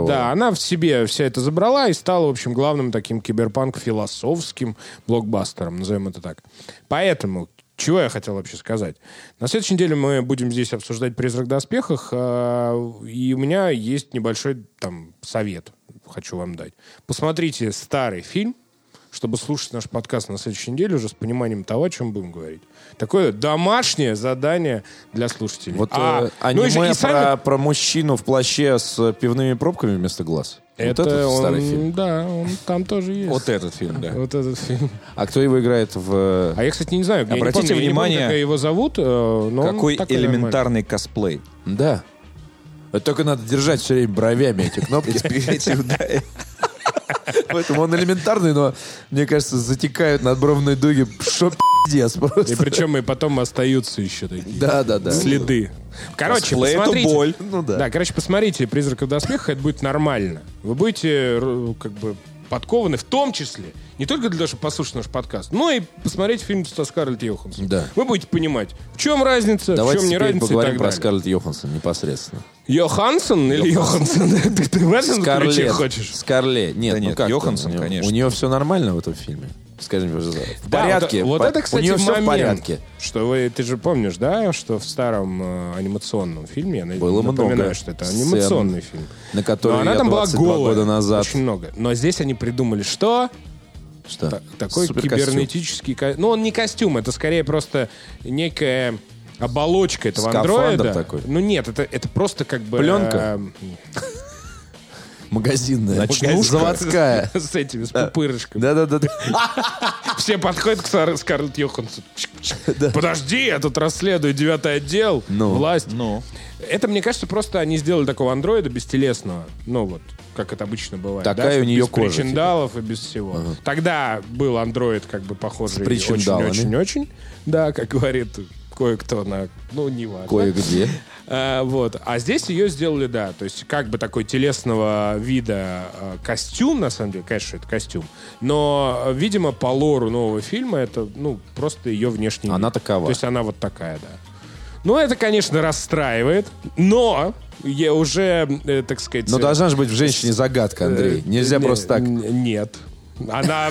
сформировала. Да, она в себе все это забрала и стала, в общем, главным таким киберпанк-философским блокбастером, назовем это так. Поэтому, чего я хотел вообще сказать? На следующей неделе мы будем здесь обсуждать «Призрак в доспехах», и у меня есть небольшой там совет, хочу вам дать. Посмотрите старый фильм, чтобы слушать наш подкаст на следующей неделе уже с пониманием того, о чем будем говорить. Такое домашнее задание для слушателей. Вот а, э, аниме ну, и, и сами... про, про мужчину в плаще с пивными пробками вместо глаз. Это вот этот он, старый фильм. Да, он там тоже есть. Вот этот фильм, да. Вот этот фильм. А кто его играет в... А я, кстати, не знаю, я Обратите не помню, внимание, я не помню, как его зовут, но Какой он такой элементарный косплей. Да. Это только надо держать все время бровями эти кнопки. Поэтому он элементарный, но, мне кажется, затекают надбровные дуги. Шо пиздец просто. И причем и потом остаются еще такие Да, да, да. следы. Короче, Косплей — это посмотрите. боль. Ну да. Да, короче, посмотрите «Призрака в доспехах», это будет нормально. Вы будете р- как бы подкованы, в том числе, не только для того, чтобы послушать наш подкаст, но и посмотреть фильм со Скарлетт Йоханссон. Да. Вы будете понимать, в чем разница, Давайте в чем не теперь разница и поговорим так про далее. Скарлетт Йоханссон непосредственно. Йоханссон или Йоханссон? Ты, ты в этом ключе хочешь? Скарлетт. Нет, Да ну нет, как Йоханссон, у нее, конечно. У нее все нормально в этом фильме. Скажи мне, пожалуйста. В Да, порядке. Вот, вот По- это, кстати, у нее все момент, в порядке. Что вы, ты же помнишь, да, что в старом э, анимационном фильме, я Было напоминаю, много что это сцен, анимационный фильм. На который Но она я там была двадцать два голая. года назад. Очень много. Но здесь они придумали, что... Что? Та- такой Суперкостюм. кибернетический... ко- Ну, он не костюм, это скорее просто некая оболочка этого Скафандр андроида. такой? Ну, нет, это, это просто как бы... Пленка? э, Магазинная. Ночнушка. Заводская. С этими, с пупырышками. Да-да-да. Все подходят к Сар- Скарлетт Йоханссон. Подожди, я тут расследую девятый отдел, Ну. власть. Ну, Это, мне кажется, просто они сделали такого андроида бестелесного. Ну вот, как это обычно бывает. Такая да, у что нее без кожа, причиндалов и без всего. Тогда был андроид как бы похожий С причиндалами. очень-очень-очень. Да, как говорит кое-кто на... Ну, не важно. Кое-где. А, вот. А здесь ее сделали, да, то есть как бы такой телесного вида э, костюм, на самом деле, конечно, это костюм, но, э, видимо, по лору нового фильма это, ну, просто ее внешний Она вид. такова. То есть она вот такая, да. Ну, это, конечно, расстраивает, но я уже, э, так сказать... Но должна же быть в женщине загадка, Андрей. Нельзя э, просто так. н- Нет. Она...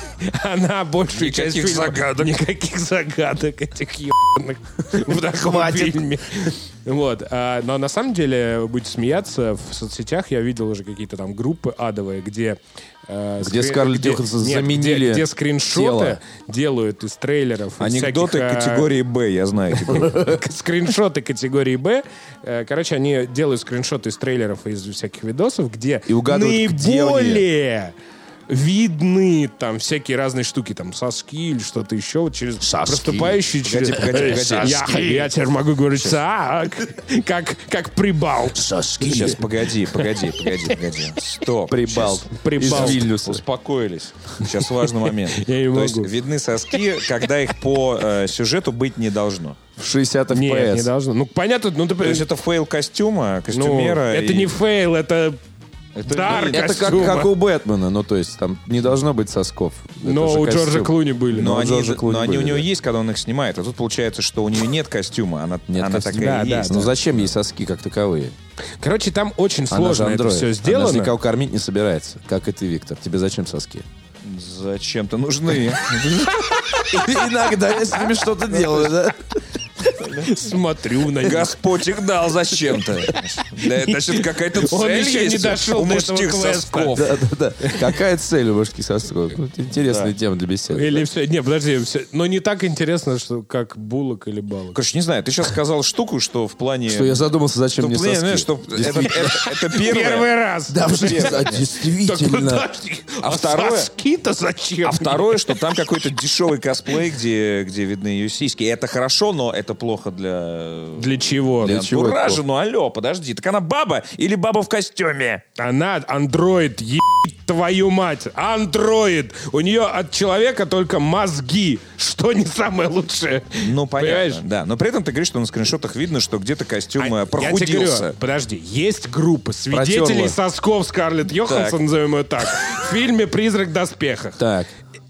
Она большую часть Никаких фильма... загадок. Никаких загадок этих ебаных в таком фильме. Вот. а, но на самом деле, будете смеяться, в соцсетях я видел уже какие-то там группы адовые, где... э, Где скри- Скарлетт где- Йоханссон нет, заменили где, где скриншоты тело. делают из трейлеров. из анекдоты всяких, э, категории Б, я знаю. теперь. скриншоты категории Б. Э, Короче, они делают скриншоты из трейлеров и из всяких видосов, где И угадывают, где у наиболее видны там всякие разные штуки, там соски или что-то еще, вот через проступающие через... погоди, погоди. Я, я теперь могу говорить так, как, как прибал. Сейчас, погоди, погоди, погоди, погоди. Стоп. Прибал. Сейчас. Прибал. Из Вильнюса. Успокоились. Сейчас важный момент. Я не То могу. есть видны соски, когда их по э, сюжету быть не должно. в шестьдесят эф пи Нет, не эс. должно. Ну, понятно, ну, ты, То есть это фейл костюма, ну, костюмера. это и- не фейл, это Это- дар Это как, костюма. как у Бэтмена, ну то есть там не должно быть сосков. Это Но же у костюм. Джорджа Клуни были. Но, у они, Джорджа Клуни но они у были, него да. есть, когда он их снимает. А тут получается, что у нее нет костюма. Она, Нет она костюма. такая Да, да, есть. Ну зачем ей соски как таковые? Короче, там очень Она же сложно это андроид. все Она же сделано. никого кормить не собирается. Как и ты, Виктор. Тебе зачем соски? Зачем-то нужны. Иногда я с ними что-то делаю, да? Смотрю на них. Господь их дал зачем-то. Да, значит, какая-то Он цель еще не есть дошел у до этого мужских квеста. сосков. Да, да, да. Какая цель у мужских сосков? Ну, это интересная тема для беседы. Или все. Не, подожди, все. Но не так интересно, что как булок или балок. Короче, не знаю, ты сейчас сказал штуку, что в плане... Что я задумался, зачем Что, мне блин, соски. знаешь, что это, это, это первое. Первый раз. Да, Первое. а, Так действительно. подожди. А второе- Соски-то зачем? А второе, что там какой-то дешевый косплей, где, где видны ее сиськи. И это хорошо, но это плохо для... Для чего? Для чего это антуража. плохо? Ну, алло, подожди. Так она баба или баба в костюме? Она андроид, ебать твою мать. Андроид. У нее от человека только мозги. Что не самое лучшее. Ну, понятно, Понимаешь? да. Но при этом ты говоришь, что на скриншотах видно, что где-то костюм А, э, я тебе прохудился. говорю, подожди, есть группа свидетелей Протерла. сосков Скарлетт Йоханссон, Так. назовем ее так, в фильме «Призрак в доспехах». Так.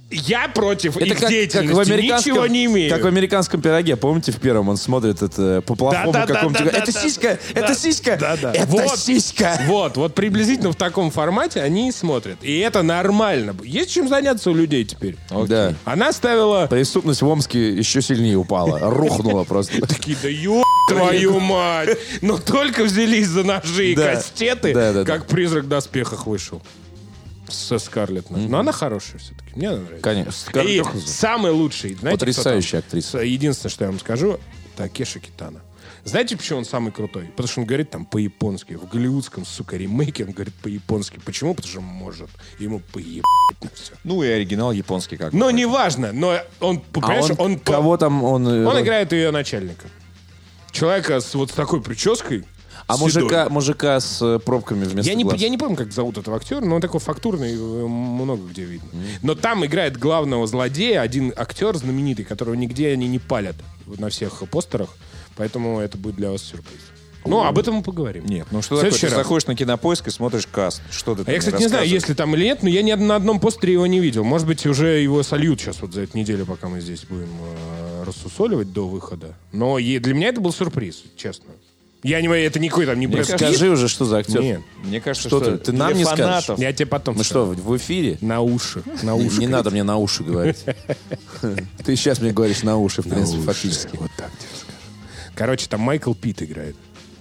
Я против Это их как, как деятельности в американском, ничего не имею. как в американском пироге. Помните, в первом он смотрит это по плохому Да-да-да-да-да-да. какому-то... Это сиська! Это сиська! Да-да. Это Вот. сиська! Вот, вот приблизительно в таком формате они и смотрят. И это нормально. Есть чем заняться у людей теперь. Да. Она ставила... Преступность в Омске еще сильнее упала. Рухнула просто. Такие, да ё... твою мать! Но только взялись за ножи и Да. кастеты, Да, да, да. как призрак в доспехах вышел. Со Скарлетт. Но она хорошая все-таки. Мне она нравится. Конечно. И Скарлетт Йоханссон. самый лучший, знаете, Потрясающая кто там? актриса. Единственное, что я вам скажу, Такеши Китано. Знаете, почему он самый крутой? Потому что он говорит там по-японски. В голливудском, сука, ремейке он говорит по-японски. Почему? Потому что может. Ему поебать на все. Ну и оригинал японский как. Но неважно. Но он, А понимаешь, он, он, кого там он... э, он играет ее начальника. Человека с вот с такой прической. А седой. мужика, мужика с э, пробками вместо Я не, глаз. я не помню, как зовут этого актера, но он такой фактурный, э, много где видно. Но там играет главного злодея один актер знаменитый, которого нигде они не палят на всех постерах, поэтому это будет для вас сюрприз. Ну, об этом мы поговорим. Нет, ну что В такое? следующий Ты раз. заходишь на Кинопоиск и смотришь каст. Что ты А там я, кстати, мне не знаю, рассказываешь? есть ли там или нет, но я ни на одном постере его не видел. Может быть, уже его сольют сейчас вот за эту неделю, пока мы здесь будем э, рассусоливать до выхода. Но е- для меня это был сюрприз, честно. Я не это никакой там не Брэд Питт. Скажи уже, что за актер. Нет, Мне кажется, Что что, ты- ты нам для не скажешь? фанатов. я тебе потом Мы скажу. что, в эфире? На уши, на Не, уши. не надо мне на уши говорить. Ты сейчас мне говоришь на уши, в принципе, фактически. Вот так тебе скажу. Короче, там Майкл Питт играет.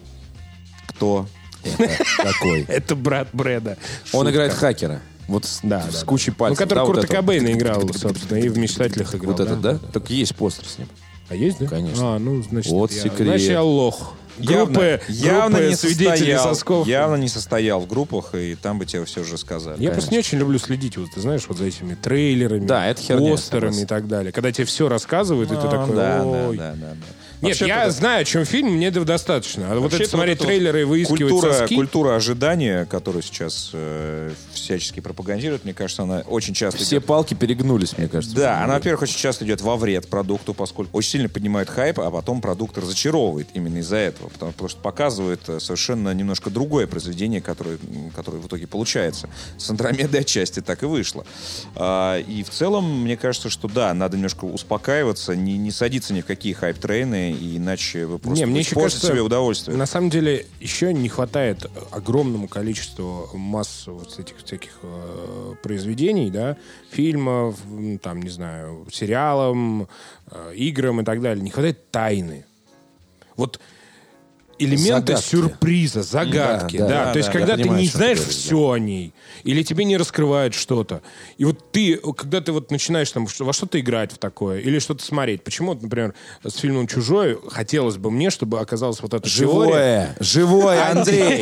Кто? Какой? Это брат Брэда. Он Шутка. играет хакера. Вот с, Да, с да, кучей Ну, пальцев. который да, вот Курта это. Кобейна играл, собственно, и в «Мечтателях» играл. Вот этот, да? Так есть постер с ним. А есть, да? Конечно. А, ну, значит, Вот я, секрет. Значит, я лох. Явно, Группы, явно группы не свидетелей состоял, сосков. явно не состоял в группах, и там бы тебе все уже сказали. Я просто не очень люблю следить, вот ты знаешь, вот за этими трейлерами, Да, это херня, постерами согласен. и так далее. Когда тебе все рассказывают, и ты А, такой, да, да, ой. да, да, да. Нет, Вообще-то я да. знаю, о чем фильм, мне этого достаточно. А вот Вообще-то это смотреть вот эта трейлеры и выискивать культура, соски... культура ожидания, которую сейчас э, всячески пропагандируют, мне кажется, она очень часто Все идет- палки перегнулись, мне кажется. Да, она, во-первых, очень часто идет во вред продукту, поскольку очень сильно поднимает хайп, а потом продукт разочаровывает именно из-за этого, потому, потому что показывает э, совершенно немножко другое произведение, которое, м, которое в итоге получается. С «Андромедой» отчасти так и вышло. А, и в целом, мне кажется, что да, надо немножко успокаиваться, не, не садиться ни в какие хайп-трейны, и иначе вы просто Не, мне еще испортите кажется, себе удовольствие. на самом деле еще не хватает огромному количеству масс вот этих всяких э, произведений, да, фильмов, м, там, не знаю, сериалам, э, играм и так далее. Не хватает тайны. Вот элементы Загадки. сюрприза, загадки, Да, да. да, То есть, да, когда я ты понимаю, не что ты знаешь говоришь, все о ней, или тебе не раскрывают что-то. И вот ты, когда ты вот начинаешь там во что-то играть в такое, или что-то смотреть. Почему, вот, например, с фильмом «Чужой» хотелось бы мне, чтобы оказалась вот эта теория. Живое! Живое, Андрей!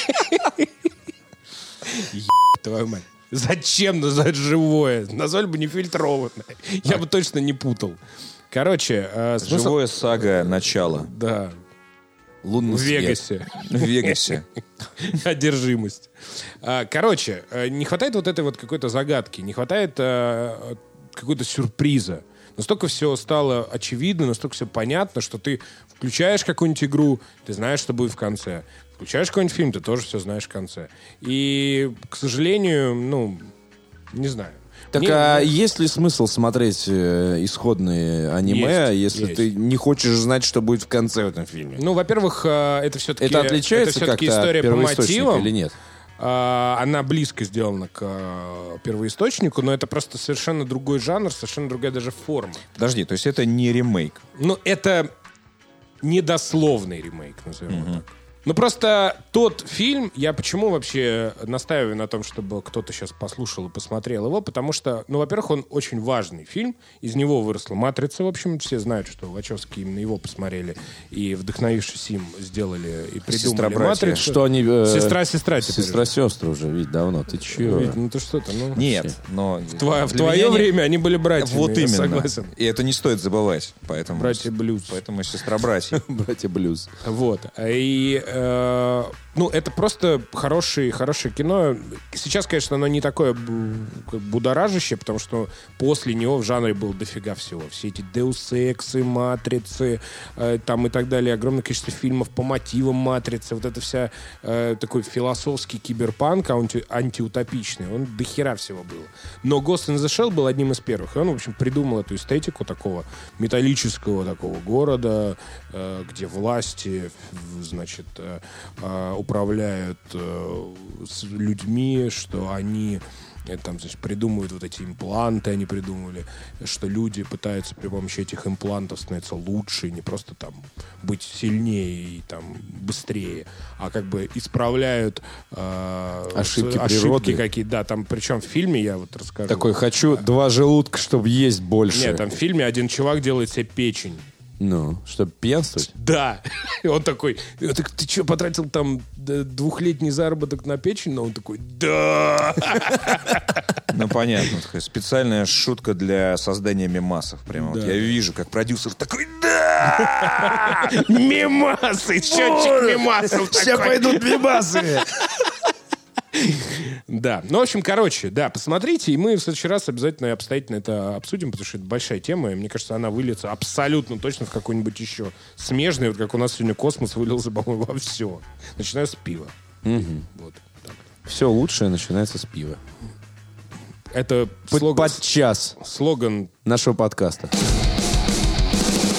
Твою мать. Зачем назвать живое? Назвали бы нефильтрованное. Я бы точно не путал. Короче, э, смысл- Живое сага начала Да, Лунный в свет. Вегасе. в Вегасе. Одержимость. А, Короче, э, не хватает вот этой вот какой-то загадки, не хватает э, какого-то сюрприза. Настолько все стало очевидно, настолько все понятно, что ты включаешь какую-нибудь игру, ты знаешь, что будет в конце. Включаешь какой-нибудь фильм, ты тоже все знаешь в конце. И, к сожалению, ну, не знаю. Так Мне- а есть ли смысл смотреть э, исходные аниме, Есть, если есть. ты не хочешь знать, что будет в конце в этом фильме? Ну, во-первых, э, это все-таки... Это отличается все-таки как-то история от по первоисточника мотивам. или нет? А, Она близко сделана к э, первоисточнику, но это просто совершенно другой жанр, совершенно другая даже форма. Подожди, то есть это не ремейк? Ну, это недословный ремейк, назовем его так. Ну, просто тот фильм, я почему вообще настаиваю на том, чтобы кто-то сейчас послушал и посмотрел его, потому что, ну, во-первых, он очень важный фильм, из него выросла «Матрица», в общем, все знают, что Вачовски именно его посмотрели и, вдохновившись им, сделали и придумали Сестра-братья. «Матрицу». Что они... э, Сестра-сестра теперь. Сестра-сестры уже, ведь давно. Ты чё? Ведь, ну, ты что-то, ну... Нет, но... В, тво- в для твое меня не- время они были братьями, Вот я именно. согласен. И это не стоит забывать. Поэтому, Братья Блюз. Поэтому сестра-братья. Братья Блюз. Вот. И э, ну, это просто хороший, хорошее кино. Сейчас, конечно, оно не такое б- будоражащее, потому что после него в жанре было дофига всего. Все эти Deus Ex, Матрицы, э, там и так далее. Огромное количество фильмов по мотивам Матрицы. Вот это вся э, такой философский киберпанк, анти- антиутопичный. Он дохера всего было. Но Ghost in the Shell был одним из первых. И он, в общем, придумал эту эстетику такого металлического такого города, э, где власти, значит, э, э, управляют э, с людьми, что они э, там, значит, придумывают вот эти импланты, они придумывали, что люди пытаются при помощи этих имплантов становиться лучше, не просто там быть сильнее и там быстрее, а как бы исправляют э, Ошибки ошибки природы. какие-то. Да, там причем в фильме, я вот расскажу. Такой, хочу два желудка, чтобы есть больше. Нет, там в фильме один чувак делает себе печень. Ну, чтобы пьянствовать? Да. И он такой, так ты что, потратил там д- двухлетний заработок на печень? Но он такой, да. Ну, понятно. Такая специальная шутка для создания мемасов. Прямо вот я вижу, как продюсер такой, да! Мемасы, счетчик мемасов Сейчас такой. пойдут мемасы. Да, ну, в общем, короче, да, посмотрите, и мы в следующий раз обязательно и обстоятельно это обсудим, потому что это большая тема, и мне кажется, она выльется абсолютно точно в какой-нибудь еще смежный, вот как у нас сегодня космос вылился, по-моему, во все. Начиная с пива. Вот. Так. Все лучшее начинается с пива. Это Под, слоган, подчас слоган нашего подкаста.